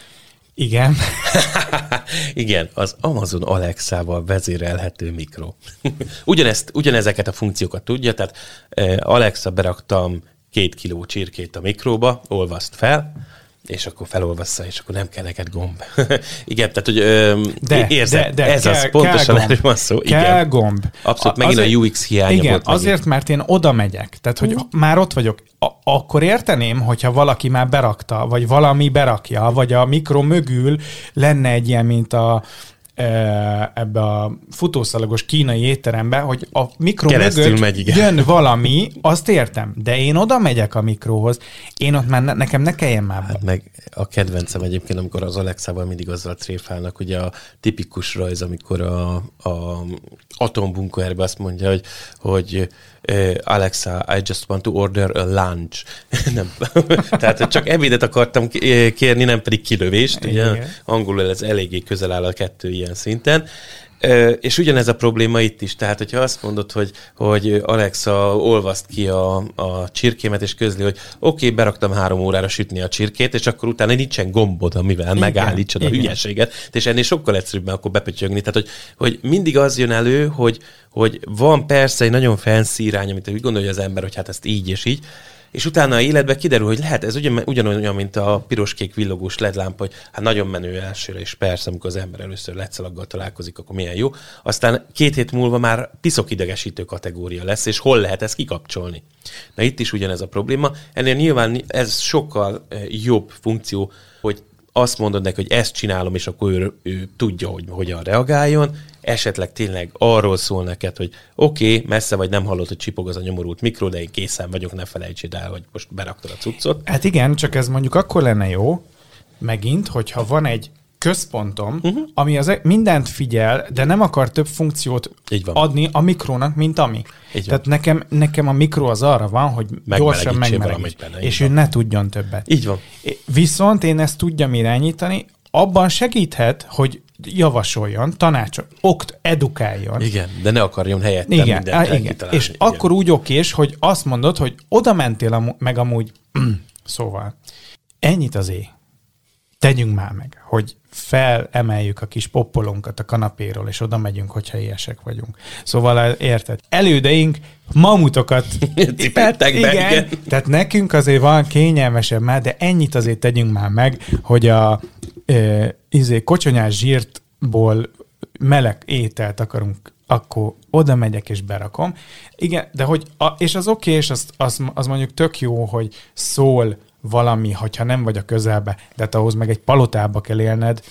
Igen. Igen, az Amazon Alexával vezérelhető mikro. Ugyanezeket a funkciókat tudja, tehát Alexa, beraktam 2 kiló csirkét a mikróba, olvaszt fel, és akkor felolvassza, és akkor nem kell neked gomb. Igen, tehát, hogy érzed, ez az, pontosan erről van szó. Kell igen. Gomb. Abszolút, megint a UX hiánya igen, volt. Igen, azért, mert én oda megyek. Tehát, hogy már ott vagyok. Akkor érteném, hogyha valaki már berakta, vagy valami berakja, vagy a mikro mögül lenne egy ilyen, mint ebbe a futószalagos kínai étterembe, hogy a mikro mögött jön valami, azt értem, de én oda megyek a mikróhoz, én ott már nekem ne kelljen már. Hát meg a kedvencem egyébként, amikor az Alexával mindig azzal tréfálnak, ugye a tipikus rajz, amikor a atombunkerbe azt mondja, hogy Alexa, I just want to order a lunch. Nem. Tehát csak ebédet akartam kérni, nem pedig kilövést. Ugye? Angolul ez eléggé közel áll a kettő ilyen szinten. És ugyanez a probléma itt is. Tehát, hogyha azt mondod, hogy Alexa, olvasd ki a csirkémet, és közli, hogy oké, beraktam 3 órára sütni a csirkét, és akkor utána nincsen gombod, amivel megállítsad a hülyeséget, és ennél sokkal egyszerűbben akkor bepötyögni. Tehát, hogy mindig az jön elő, hogy van persze egy nagyon fancy irány, amit úgy gondolja az ember, hogy hát ezt így és így, és utána a életben kiderül, hogy lehet, ez ugyanolyan, mint a piros-kék villogós LED lámpa, hogy hát nagyon menő elsőre, és persze, amikor az ember először LED-szalaggal találkozik, akkor milyen jó. Aztán 2 hét múlva már piszok idegesítő kategória lesz, és hol lehet ezt kikapcsolni. Na itt is ugyanez a probléma. Ennél nyilván ez sokkal jobb funkció, hogy azt mondod neki, hogy ezt csinálom, és akkor ő tudja, hogy hogyan reagáljon, esetleg tényleg arról szól neked, hogy oké, messze vagy, nem hallod, hogy csipog az a nyomorult mikro, de én készen vagyok, ne felejtséd el, hogy most beraktad a cuccot. Hát igen, csak ez mondjuk akkor lenne jó, megint, hogyha van egy központom, ami mindent figyel, de nem akar több funkciót adni a mikrónak, mint ami. Tehát nekem a mikro az arra van, hogy gyorsan megmelegíts, és ő ne tudjon többet. Így van. Viszont én ezt tudjam irányítani, abban segíthet, hogy javasoljon, tanácsol, edukáljon. Igen, de ne akarjon helyettem mindent kitalálni. És akkor úgy okés, hogy azt mondod, hogy oda mentél meg amúgy, szóval ennyit az tegyünk már meg, hogy felemeljük a kis poppolónkat a kanapéról, és oda megyünk, hogyha ilyesek vagyunk. Szóval érted? Elődeink mamutokat cipeltek be. Igen. Tehát nekünk azért van kényelmesebb már, de ennyit azért tegyünk már meg, hogy a kocsonyás zsírtból meleg ételt akarunk, akkor oda megyek és berakom. Igen, de hogy, és az oké, és az mondjuk tök jó, hogy szól valami, hogyha nem vagy a közelbe, de hát ahhoz meg egy palotába kell élned.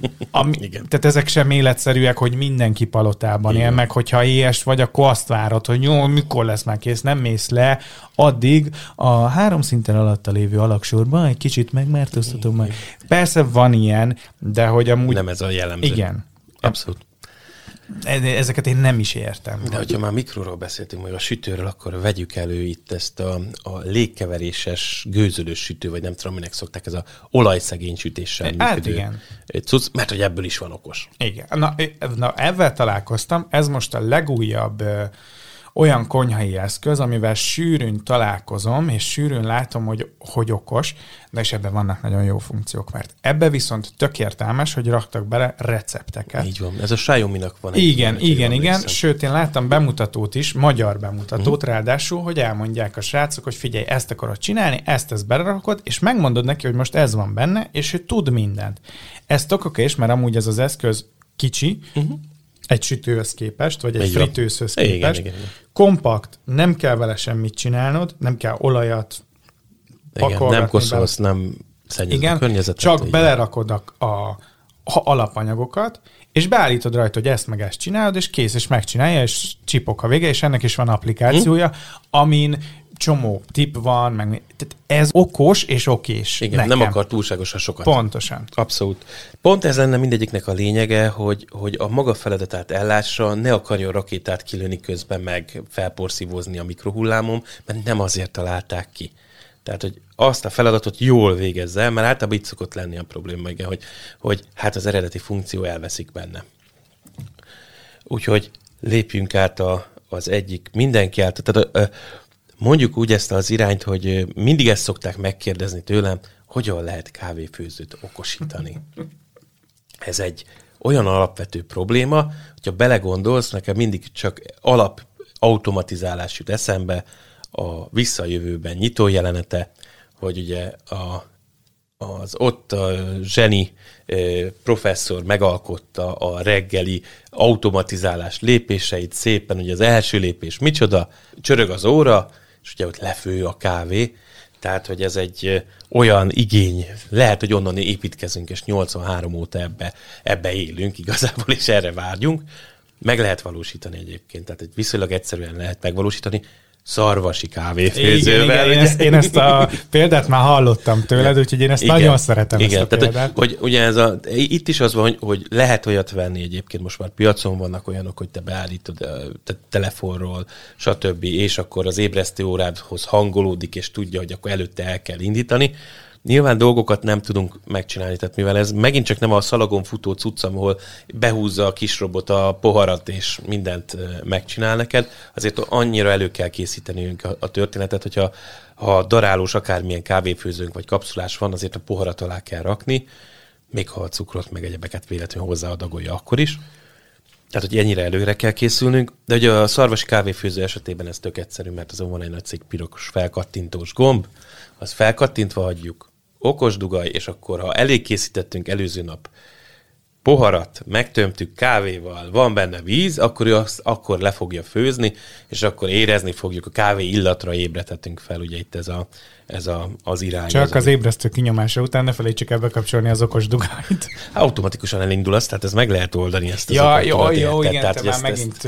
Tehát ezek sem életszerűek, hogy mindenki palotában él, meg hogyha éhes vagy, akkor azt várod, hogy jó, mikor lesz már kész, nem mész le, addig a 3 szinten alatta lévő alaksorban egy kicsit megmártoztatom majd. Persze van ilyen, de hogy amúgy... Nem ez a jellemző. Igen. Abszolút. Ezeket én nem is értem. De hogyha már mikróról beszéltünk, meg a sütőről, akkor vegyük elő itt ezt a légkeveréses, gőzölős sütő, vagy nem tudom, minek szokták, ez a olajszegény sütéssel működő cucc, mert hogy ebből is van okos. Igen. Na ezzel találkoztam, ez most a legújabb olyan konyhai eszköz, amivel sűrűn találkozom, és sűrűn látom, hogy okos, de és ebben vannak nagyon jó funkciók, mert ebbe viszont tök értelmes, hogy raktak bele recepteket. Így van, ez a Xiaomi-nak van. Igen. Sőt, én láttam bemutatót is, magyar bemutatót, ráadásul, hogy elmondják a srácok, hogy figyelj, ezt akarod csinálni, ezt belerakod, és megmondod neki, hogy most ez van benne, és ő tud mindent. Ez tök okés, mert amúgy ez az eszköz kicsi, egy sütőhöz képest, vagy egy fritőzhöz képest. Igen. Kompakt, nem kell vele semmit csinálnod, nem kell olajat pakolgatni. Nem koszolsz, nem szennyezed a környezetet. Csak belerakod a alapanyagokat, és beállítod rajta, hogy ezt meg ezt csinálod, és kész, és megcsinálja, és csipog a vége, és ennek is van applikációja, amin csomó tipp van, meg tehát ez okos és okés. Igen, nekem. Nem akar túlságosan sokat. Pontosan. Abszolút. Pont ez lenne mindegyiknek a lényege, hogy a maga feladatát ellássa, ne akarjon rakétát kilőni közben, meg felporszívózni a mikrohullámon, mert nem azért találták ki. Tehát, hogy azt a feladatot jól végezze el, mert általában itt szokott lenni a probléma, igen, hogy hát az eredeti funkció elveszik benne. Úgyhogy lépjünk át az egyik mindenki által. Tehát mondjuk úgy ezt az irányt, hogy mindig ezt szokták megkérdezni tőlem, hogyan lehet kávéfőzőt okosítani. Ez egy olyan alapvető probléma, hogyha belegondolsz, nekem mindig csak alap automatizálás jut eszembe, a Visszajövőben nyitó jelenete, hogy ugye az ott a zseni professzor megalkotta a reggeli automatizálás lépéseit szépen, ugye az első lépés micsoda, csörög az óra, és ugye ott lefő a kávé, tehát, hogy ez egy olyan igény, lehet, hogy onnan építkezünk, és 83 óta ebbe élünk igazából, és erre várjunk. Meg lehet valósítani egyébként, tehát viszonylag egyszerűen lehet megvalósítani, szarvasi kávéfőzővel. Igen, én ezt a példát már hallottam tőled, úgyhogy én ezt nagyon szeretem, ezt a példát. Tehát, hogy ugye itt is az van, hogy lehet olyat venni egyébként, most már piacon vannak olyanok, hogy te beállítod telefonról, stb., és akkor az ébresztő órádhoz hangolódik, és tudja, hogy akkor előtte el kell indítani. Nyilván dolgokat nem tudunk megcsinálni, tehát mivel ez megint csak nem a szalagon futó cucc, ahol behúzza a kis robot a poharat, és mindent megcsinál neked, azért annyira elő kell készítenünk a történetet, hogyha darálós akármilyen kávéfőzőnk vagy kapszulás van, azért a poharat alá kell rakni, még ha a cukrot meg egyebeket véletlenül hozzáadagolja akkor is. Tehát, hogy ennyire előre kell készülnünk, de ugye a szarvasi kávéfőző esetében ez tök egyszerű, mert azon van egy nagy szék piros felkattintós gomb, az felkattintva hagyjuk, okos dugaj, és akkor, ha elég készítettünk előző nap poharat megtömtük kávéval, van benne víz, akkor ő azt akkor le fogja főzni, és akkor érezni fogjuk, a kávé illatra ébredhetünk fel, ugye itt az irány. Csak az ébresztő kinyomása után ne felejtsük el bekapcsolni az okos dugáit. Automatikusan elindul az, tehát ez meg lehet oldani ezt az jó, igen, tehát te már megint...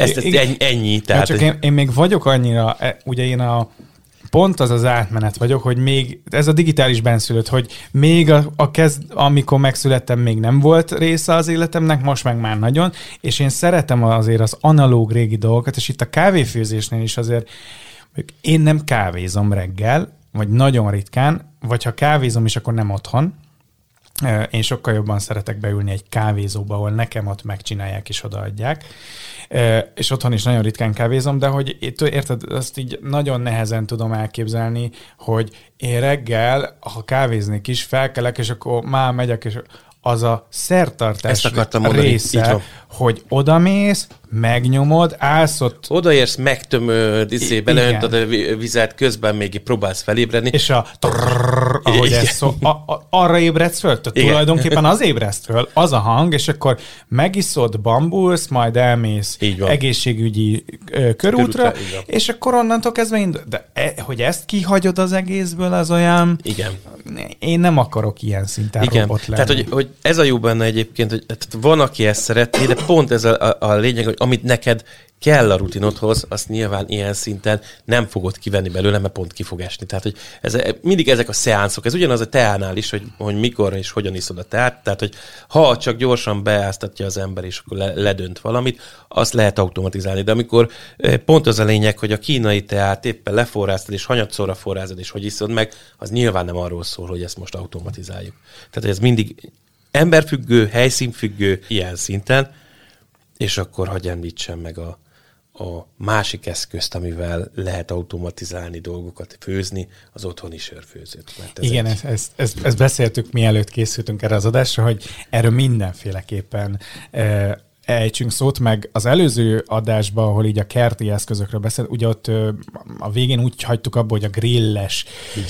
Ennyi. Tehát csak én még vagyok annyira, ugye én pont az átmenet vagyok, hogy még ez a digitális benszülött, hogy még amikor megszülettem, még nem volt része az életemnek, most meg már nagyon, és én szeretem azért az analóg régi dolgokat, és itt a kávéfőzésnél is azért én nem kávézom reggel, vagy nagyon ritkán, vagy ha kávézom is, akkor nem otthon. Én sokkal jobban szeretek beülni egy kávézóba, ahol nekem ott megcsinálják és odaadják. És otthon is nagyon ritkán kávézom, de hogy érted, azt így nagyon nehezen tudom elképzelni, hogy én reggel, ha kávéznék is, felkelek, és akkor már megyek, és az a szertartás része, hogy odamész, megnyomod, állsz ott. Odaérsz, megtömöd, beleöntöd a vizet, közben még próbálsz felébredni. És ahogy ez arra ébredsz föl, tehát tulajdonképpen az ébreszt föl, az a hang, és akkor megiszod, bambulsz, majd elmész egészségügyi körútra, és akkor onnantól kezdve de hogy ezt kihagyod az egészből, az olyan... Igen. Én nem akarok ilyen szinten robot lenni. Tehát, hogy ez a jó benne egyébként, hogy van, aki ezt szeretné, de pont ez a lényeg, hogy amit neked kell a rutinodhoz, azt nyilván ilyen szinten nem fogod kivenni belőle, mert pont ki fog esni. Tehát, hogy mindig ezek a szeánszok, ez ugyanaz a teánál is, hogy mikor és hogyan iszod a teát, tehát, hogy ha csak gyorsan beáztatja az ember, és akkor ledönt valamit, azt lehet automatizálni. De amikor pont az a lényeg, hogy a kínai teát éppen leforráztad, és hanyatszorra forrázod, és hogy iszod meg, az nyilván nem arról szól, hogy ezt most automatizáljuk. Tehát ez mindig emberfüggő, helyszínfüggő, ilyen szinten, és akkor hagyj említsem meg a másik eszközt, amivel lehet automatizálni dolgokat, főzni, az otthoni sörfőzőt. Igen, ezt beszéltük, mielőtt készültünk erre az adásra, hogy erről mindenféleképpen ejtsünk szót, meg az előző adásban, ahol így a kerti eszközökről beszélt, ugye ott a végén úgy hagytuk abba, hogy a grilles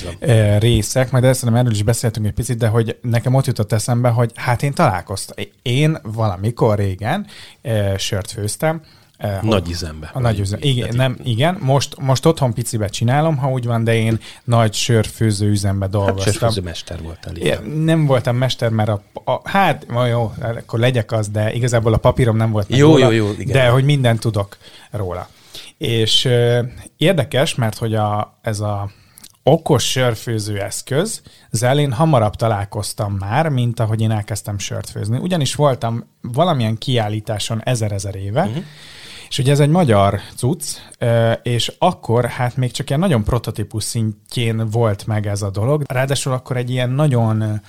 részek, majd erről is beszéltünk egy picit, de hogy nekem ott jutott eszembe, hogy hát én találkoztam. Én valamikor régen sört főztem, nagy üzembe. A nagy üzembe. Igen, most otthon picibe csinálom, ha úgy van, de én nagy sörfőző üzembe dolgoztam. Hát sörfőző mester voltál. Nem voltam mester, mert hát jó, akkor legyek az, de igazából a papírom nem volt meg jó, igen. De hogy mindent tudok róla. És érdekes, mert hogy ez a okos sörfőző eszköz, ezzel én hamarabb találkoztam már, mint ahogy én elkezdtem sört főzni. Ugyanis voltam valamilyen kiállításon 1000 éve, és ugye ez egy magyar cucc, és akkor hát még csak ilyen nagyon prototípus szintjén volt meg ez a dolog. Ráadásul akkor egy ilyen nagyon,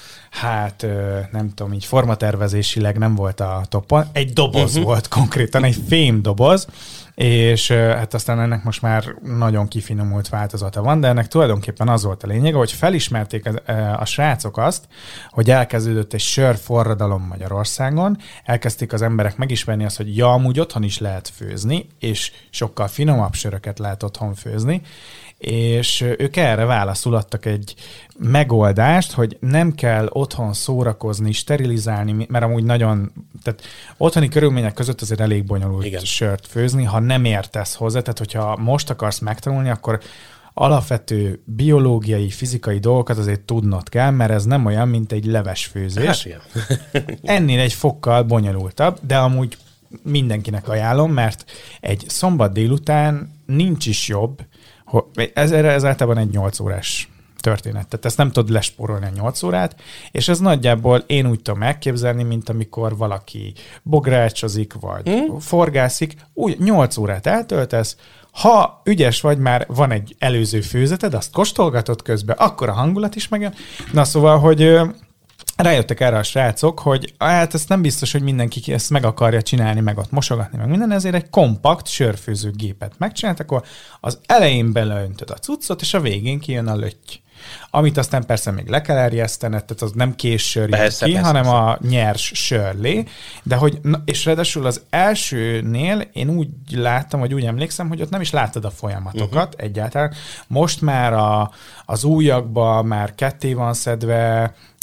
hát nem tudom, így formatervezésileg nem volt a toppon. Egy doboz volt konkrétan, egy fém doboz, és hát aztán ennek most már nagyon kifinomult változata van, de ennek tulajdonképpen az volt a lényege, hogy felismerték a srácok azt, hogy elkezdődött egy sörforradalom Magyarországon, elkezdték az emberek megismerni azt, hogy amúgy otthon is lehet főzni, és sokkal finomabb söröket lehet otthon főzni, és ők erre válaszul adtak egy megoldást, hogy nem kell otthon szórakozni, sterilizálni, mert amúgy nagyon, tehát otthoni körülmények között azért elég bonyolult sört főzni, ha nem értesz hozzá, tehát hogyha most akarsz megtanulni, akkor alapvető biológiai, fizikai dolgokat azért tudnod kell, mert ez nem olyan, mint egy levesfőzés. Hát, ennél egy fokkal bonyolultabb, de amúgy mindenkinek ajánlom, mert egy szombat délután nincs is jobb, ez általában egy 8 órás történet. Tehát ezt nem tudod lespórolni a 8 órát, és ez nagyjából én úgy tudom elképzelni, mint amikor valaki bográcsozik, vagy forgászik, úgy 8 órát eltöltesz, ha ügyes vagy, már van egy előző főzeted, azt kóstolgatod közben, akkor a hangulat is megjön. Na szóval, hogy rájöttek erre a srácok, hogy hát ezt nem biztos, hogy mindenki ezt meg akarja csinálni, meg ott mosogatni, meg minden, ezért egy kompakt sörfőző gépet megcsináltak, akkor az elején beleöntöd a cuccot, és a végén kijön a lötty. Amit aztán persze még le kell erjesztened, tehát az nem késsör ki, hanem a nyers sörlé, de hogy, és ráadásul az elsőnél én úgy láttam, vagy úgy emlékszem, hogy ott nem is láttad a folyamatokat egyáltalán. Most már az újakban már ketté van szedve,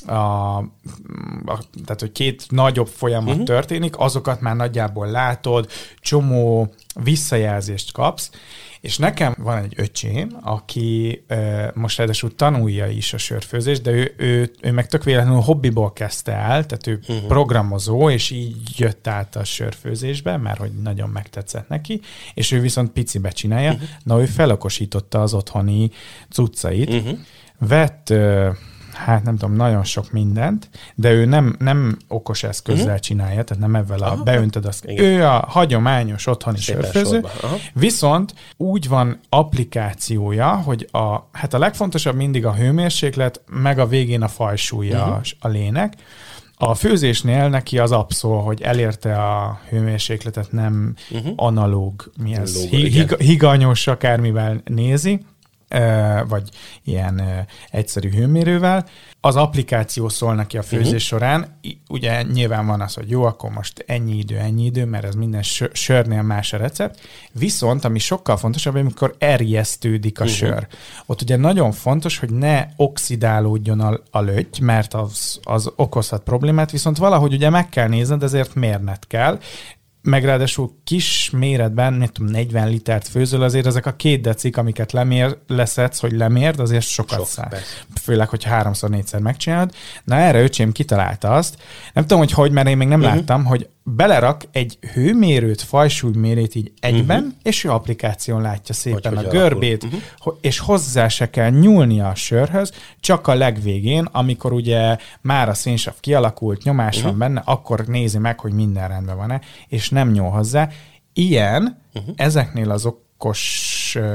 tehát, hogy két nagyobb folyamat történik, azokat már nagyjából látod, csomó visszajelzést kapsz, és nekem van egy öcsém, aki most ráadásul tanulja is a sörfőzést, de ő meg tök véletlenül hobbiból kezdte el, tehát ő programozó, és így jött át a sörfőzésbe, mert hogy nagyon megtetszett neki, és ő viszont picibe csinálja. Na, ő felokosította az otthoni cuccait, vett... hát nem tudom, nagyon sok mindent, de ő nem okos eszközzel csinálja, tehát nem ezzel beöntöd azt. Igen. Ő a hagyományos otthoni sörfőző, viszont úgy van applikációja, hogy a legfontosabb mindig a hőmérséklet, meg a végén a fajsúlya a lényeg. A főzésnél neki az app szól, hogy elérte a hőmérsékletet, nem analóg, mi ez, higanyos akármivel nézi, vagy ilyen egyszerű hőmérővel. Az applikáció szól neki a főzés során. Ugye nyilván van az, hogy jó, akkor most ennyi idő, mert ez minden sörnél más a recept. Viszont, ami sokkal fontosabb, amikor erjesztődik a sör. Ott ugye nagyon fontos, hogy ne oxidálódjon a löty, mert az okozhat problémát, viszont valahogy ugye meg kell nézned, ezért mérned kell. Meg kis méretben, nem tudom, 40 litert főzöl, azért ezek a 2 decik, amiket leszedsz, hogy lemérd, azért sokat száll. Főleg, hogy 3-4-szer megcsinálod. Na, erre öcsém kitalálta azt. Nem tudom, hogy mert én még nem láttam, hogy belerak egy hőmérőt, fajsúlymérét így egyben, és ő applikáción látja szépen a görbét, és hozzá se kell nyúlnia a sörhöz, csak a legvégén, amikor ugye már a szénsav kialakult, nyomás van benne, akkor nézi meg, hogy minden rendben van-e, és nem nyúl hozzá. Ilyen ezeknél az okos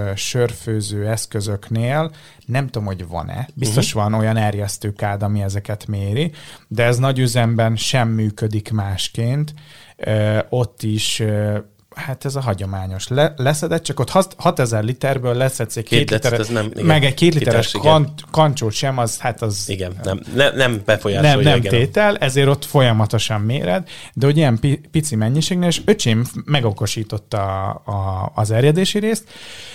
sörfőző eszközöknél nem tudom, hogy van-e. Biztos van olyan erjesztőkád, ami ezeket méri, de ez nagy üzemben sem működik másként. Ott is hát ez a hagyományos. Leszedett, csak ott 6000 literből leszedsz egy 2 literes, meg egy 2 literes kancsót sem, az hát az... Igen, nem befolyásolja. Nem tétel, ezért ott folyamatosan méred, de hogy ilyen pici mennyiségnél, és öcsém megokosította az erjedési részt.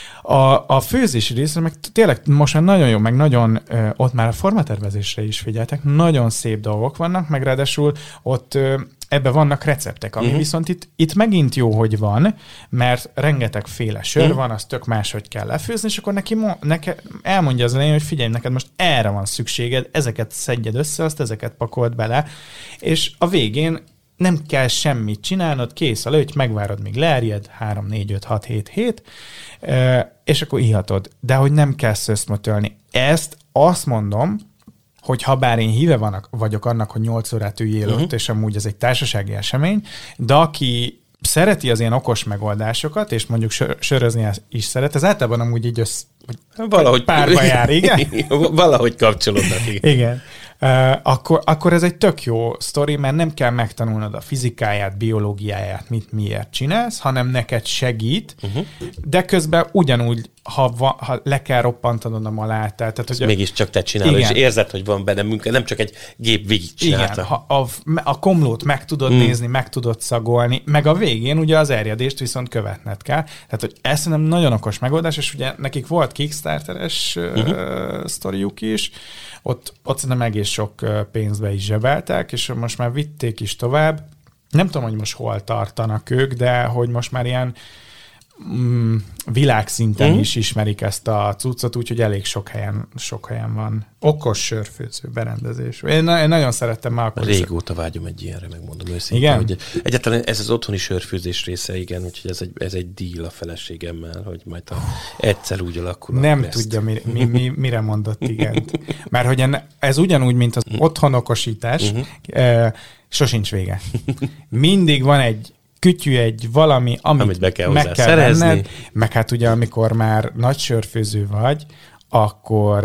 A főzési részre meg tényleg most már nagyon jó, meg nagyon ott már a formatervezésre is figyeltek, nagyon szép dolgok vannak, meg ráadásul ott ebben vannak receptek, ami viszont itt megint jó, hogy van, mert rengetegféle sör van, az tök máshogy kell lefőzni, és akkor neki elmondja az elején, hogy figyelj, neked most erre van szükséged, ezeket szedjed össze, azt ezeket pakold bele, és a végén nem kell semmit csinálnod, kész a löty, megvárod, míg leerjed, 3, 4, 5, 6, 7 hét, és akkor ihatod. De hogy nem kell szöszmötölni. Ezt azt mondom, hogy ha bár én híve vagyok annak, hogy 8 órát üljél ott, és amúgy ez egy társasági esemény, de aki szereti az ilyen okos megoldásokat, és mondjuk sörözni is szeret, ez általában amúgy így valahogy párba jár, igen? Valahogy kapcsolódnak. Igen. Akkor ez egy tök jó sztori, mert nem kell megtanulnod a fizikáját, biológiáját, miért csinálsz, hanem neked segít, de közben ugyanúgy, ha le kell roppantanod a malátát. Tehát, hogy mégiscsak te csinálod, és érzed, hogy van benne munka, nem csak egy gép végig csinálta. Igen, a komlót meg tudod nézni, meg tudod szagolni, meg a végén ugye az erjedést viszont követned kell. Tehát, hogy ez szerintem nagyon okos megoldás, és ugye nekik volt Kickstarteres sztoriuk is, ott szerintem egész sok pénzbe is zsebeltek, és most már vitték is tovább. Nem tudom, hogy most hol tartanak ők, de hogy most már ilyen világszinten is ismerik ezt a cuccot, úgyhogy elég sok helyen van. Okos sörfőző berendezés. Én nagyon szerettem már akkor. Régóta vágyom egy ilyenre, megmondom őszintén. Hogy egyáltalán ez az otthoni sörfőzés része, igen, úgyhogy ez egy deal a feleségemmel, hogy majd egyszer úgy alakul. Nem tudja, mire mondott igent. Mert hogy ez ugyanúgy, mint az otthonokosítás, sosincs vége. Mindig van egy kütyű, egy valami, amit be kell meg kell szerezni. Venned, meg hát ugye, amikor már nagy sörfőző vagy, akkor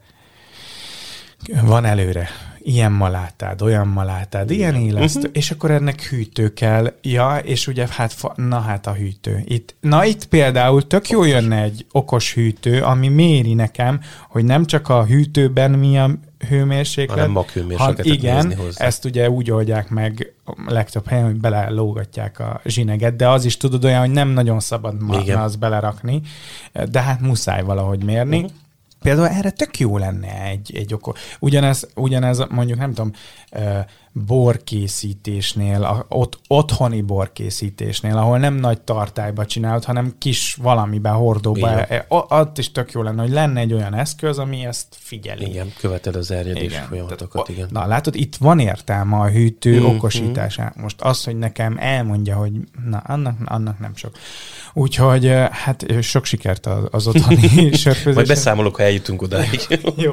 van előre ilyen malátád, olyan malátád, ilyen élesztő, és akkor ennek hűtő kell. Ja, és ugye hát a hűtő. Itt például tök jó jönne egy okos hűtő, ami méri nekem, hogy nem csak a hűtőben mi a hőmérséklet, hanem maghőmérsékletet nézni hozzá. Ezt ugye úgy oldják meg a legtöbb helyen, hogy belelógatják a zsineget, de az is tudod olyan, hogy nem nagyon szabad az belerakni, de hát muszáj valahogy mérni. például erre tök jó lenne egy ugyanez mondjuk nem tudom, borkészítésnél, otthoni borkészítésnél, ahol nem nagy tartályba csinálod, hanem kis valamiben, hordóba, ott is tök jó lenne, hogy lenne egy olyan eszköz, ami ezt figyeli. Igen, követed az erjedés folyamatokat, igen. Na, látod, itt van értelme a hűtő okosítása. Most az, hogy nekem elmondja, hogy na, annak nem sok. Úgyhogy hát sok sikert az otthoni sörfőzésre. Majd beszámolok, ha eljutunk odáig. Jó.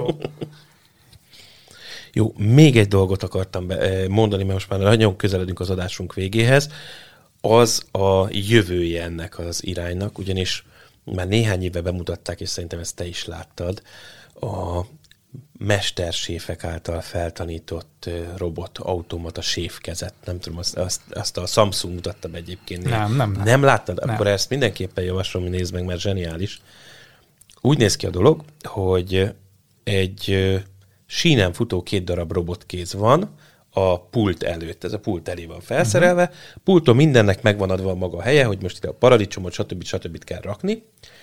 Jó, még egy dolgot akartam mondani, mert most már nagyon közeledünk az adásunk végéhez, az a jövője ennek az iránynak, ugyanis már néhány éve bemutatták, és szerintem ezt te is láttad, a mesterséfek által feltanított robot automata séfkezet. Nem tudom, azt a Samsung mutatta be egyébként. Nem láttad? Nem. Akkor ezt mindenképpen javaslom, hogy nézd meg, mert zseniális. Úgy néz ki a dolog, hogy egy sínen futó 2 darab robotkéz van a pult előtt. Ez a pult elé van felszerelve. Pulton mindennek megvan adva a maga helye, hogy most ide a paradicsomot, stb. Kell rakni.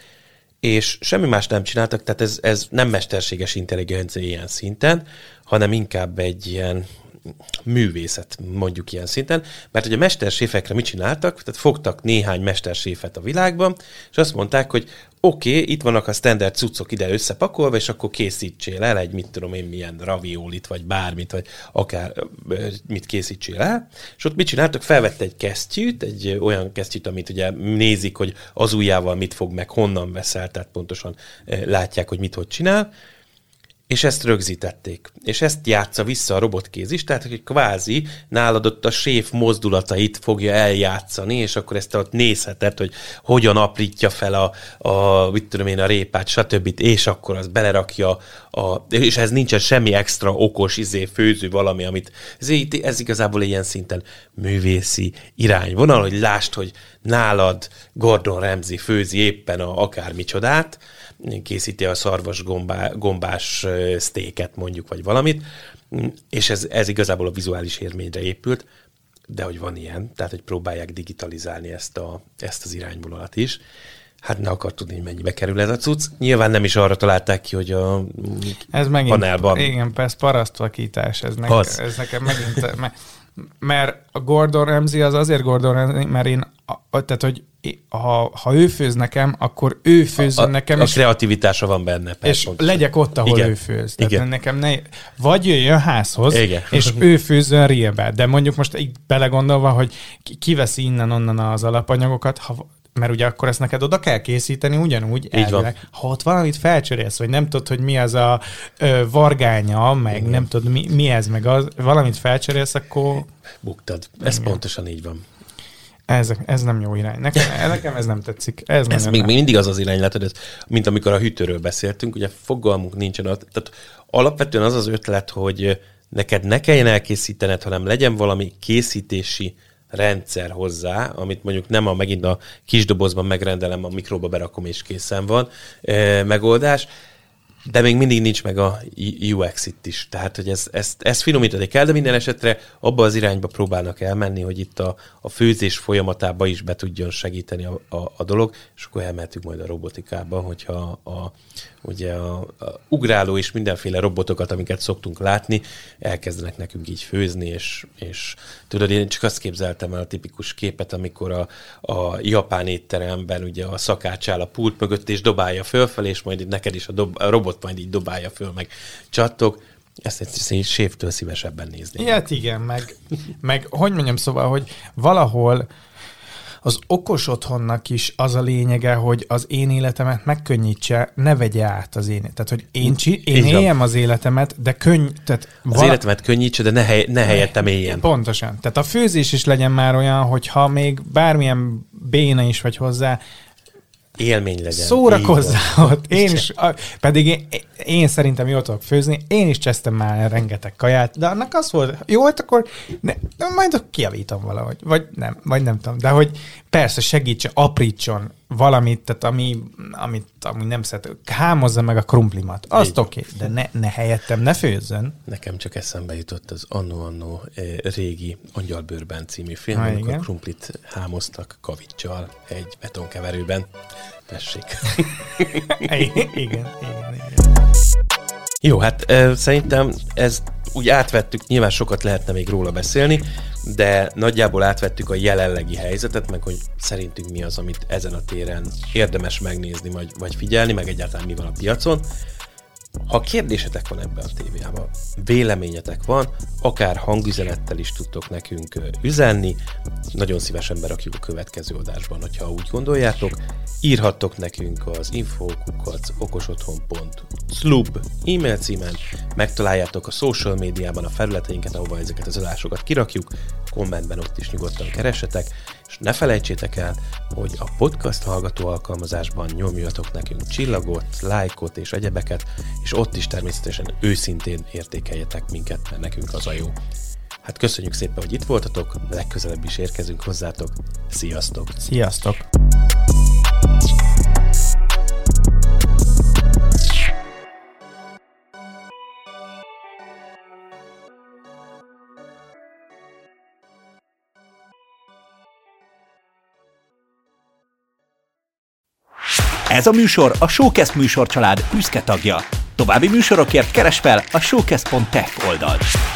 És semmi más nem csináltak, tehát ez nem mesterséges intelligencia ilyen szinten, hanem inkább egy ilyen művészet, mondjuk ilyen szinten, mert ugye a mesterséfekre mit csináltak? Tehát fogtak néhány mesterséfet a világban, és azt mondták, hogy oké, itt vannak a standard cuccok ide összepakolva, és akkor készítsél el egy, mit tudom én, milyen raviolit, vagy bármit, vagy akár mit készítsél el. És ott mit csináltak? Felvette egy kesztyűt, egy olyan kesztyűt, amit ugye nézik, hogy az ujjával mit fog, meg honnan veszel, tehát pontosan látják, hogy mit hogy csinál, és ezt rögzítették. És ezt játsza vissza a robotkéz is, tehát hogy kvázi nálad ott a séf mozdulatait fogja eljátszani, és akkor ezt ott nézheted, hogy hogyan aprítja fel mit tudom én, a répát, stb. És akkor az belerakja, és ez nincsen semmi extra okos főző valami, amit ez igazából ilyen szinten művészi irányvonal, hogy lásd, hogy nálad Gordon Ramsay főzi éppen akármicsodát, készíti a szarvas gombás sztéket mondjuk, vagy valamit, és ez igazából a vizuális élményre épült, de hogy van ilyen, tehát hogy próbálják digitalizálni ezt az irányvonalat is. Hát ne akar tudni, hogy mennyibe kerül ez a cucc. Nyilván nem is arra találták ki, hogy a ez megint, panelban... Igen, persze parasztvakítás, ez nekem megint... Mert a Gordon Ramsay az azért Gordon Ramsay, mert tehát, hogy ha ő főz nekem, akkor ő főzzön nekem. A kreativitása van benne. És pontosan. Legyek ott, ahol ő főz. Tehát nekem vagy jöjjön házhoz, és ő főzzön rélbe. De mondjuk most így belegondolva, hogy kiveszi innen-onnan az alapanyagokat, mert ugye akkor ezt neked oda kell készíteni ugyanúgy elvileg. Ha ott valamit felcserélsz, vagy nem tudod, hogy mi az a vargánya, meg nem tudod, mi ez, meg az, valamit felcserélsz, akkor... Buktad. Ez pontosan így van. Ez nem jó irány. Nekem ez nem tetszik. Ez még mindig az irány, látod, mint amikor a hűtőről beszéltünk, ugye fogalmunk nincsen. Tehát alapvetően az ötlet, hogy neked ne kelljen elkészítened, hanem legyen valami készítési rendszer hozzá, amit mondjuk nem megint a kis dobozban megrendelem, a mikróba berakom és készen van megoldás, de még mindig nincs meg a UX itt is. Tehát, hogy ezt finomítani kell, de minden esetre abba az irányba próbálnak elmenni, hogy itt a főzés folyamatába is be tudjon segíteni a dolog, és akkor elmehetünk majd a robotikába, hogyha ugye a ugráló és mindenféle robotokat, amiket szoktunk látni, elkezdenek nekünk így főzni, és tudod, én csak azt képzeltem el a tipikus képet, amikor a japán étteremben ugye a szakács áll a pult mögött, és dobálja fölfelé, és majd neked is a robot majd így dobálja föl, meg csattog. Ezt egy séftől szívesebben nézni. Hát igen, meg hogy mondjam, szóval, hogy valahol az okos otthonnak is az a lényege, hogy az én életemet megkönnyítse, ne vegye át az én. Tehát, hogy én éljem az életemet, de az életemet könnyítse, de ne helyettem éljen. Pontosan. Tehát a főzés is legyen már olyan, hogyha még bármilyen béna is vagy hozzá, élmény legyen. Szórakozzál ott. Pedig én szerintem jól tudok főzni, én is csesztem már rengeteg kaját, de annak az volt, jó volt, akkor majd kijavítom valahogy, vagy nem tudom, de hogy persze segítsen, aprítson valamit, tehát ami nem szeret, hámozza meg a krumplimat. Azt oké, de ne helyettem, ne főzzön. Nekem csak eszembe jutott az annó régi Angyalbőrben című film, amikor krumplit hámoztak kavicsal egy betonkeverőben. Tessék. Igen. Jó, hát szerintem ez úgy átvettük, nyilván sokat lehetne még róla beszélni, de nagyjából átvettük a jelenlegi helyzetet, meg hogy szerintünk mi az, amit ezen a téren érdemes megnézni, vagy figyelni, meg egyáltalán mi van a piacon. Ha kérdésetek van ebben a témában, véleményetek van, akár hangüzenettel is tudtok nekünk üzenni, nagyon szívesen berakjuk a következő adásban, hogyha úgy gondoljátok. Írhattok nekünk az info@okosotthon.slub e-mail címen, megtaláljátok a social médiában a felületeinket, ahova ezeket az adásokat kirakjuk, kommentben ott is nyugodtan keressetek, és ne felejtsétek el, hogy a podcast hallgató alkalmazásban nyomjatok nekünk csillagot, lájkot és egyebeket, és ott is természetesen őszintén értékeljetek minket, mert nekünk az a jó. Hát köszönjük szépen, hogy itt voltatok, legközelebb is érkezünk hozzátok. Sziasztok! Sziasztok! Ez a műsor a Showcast műsorcsalád büszke tagja. További műsorokért keresd fel a showcast.tech oldalt.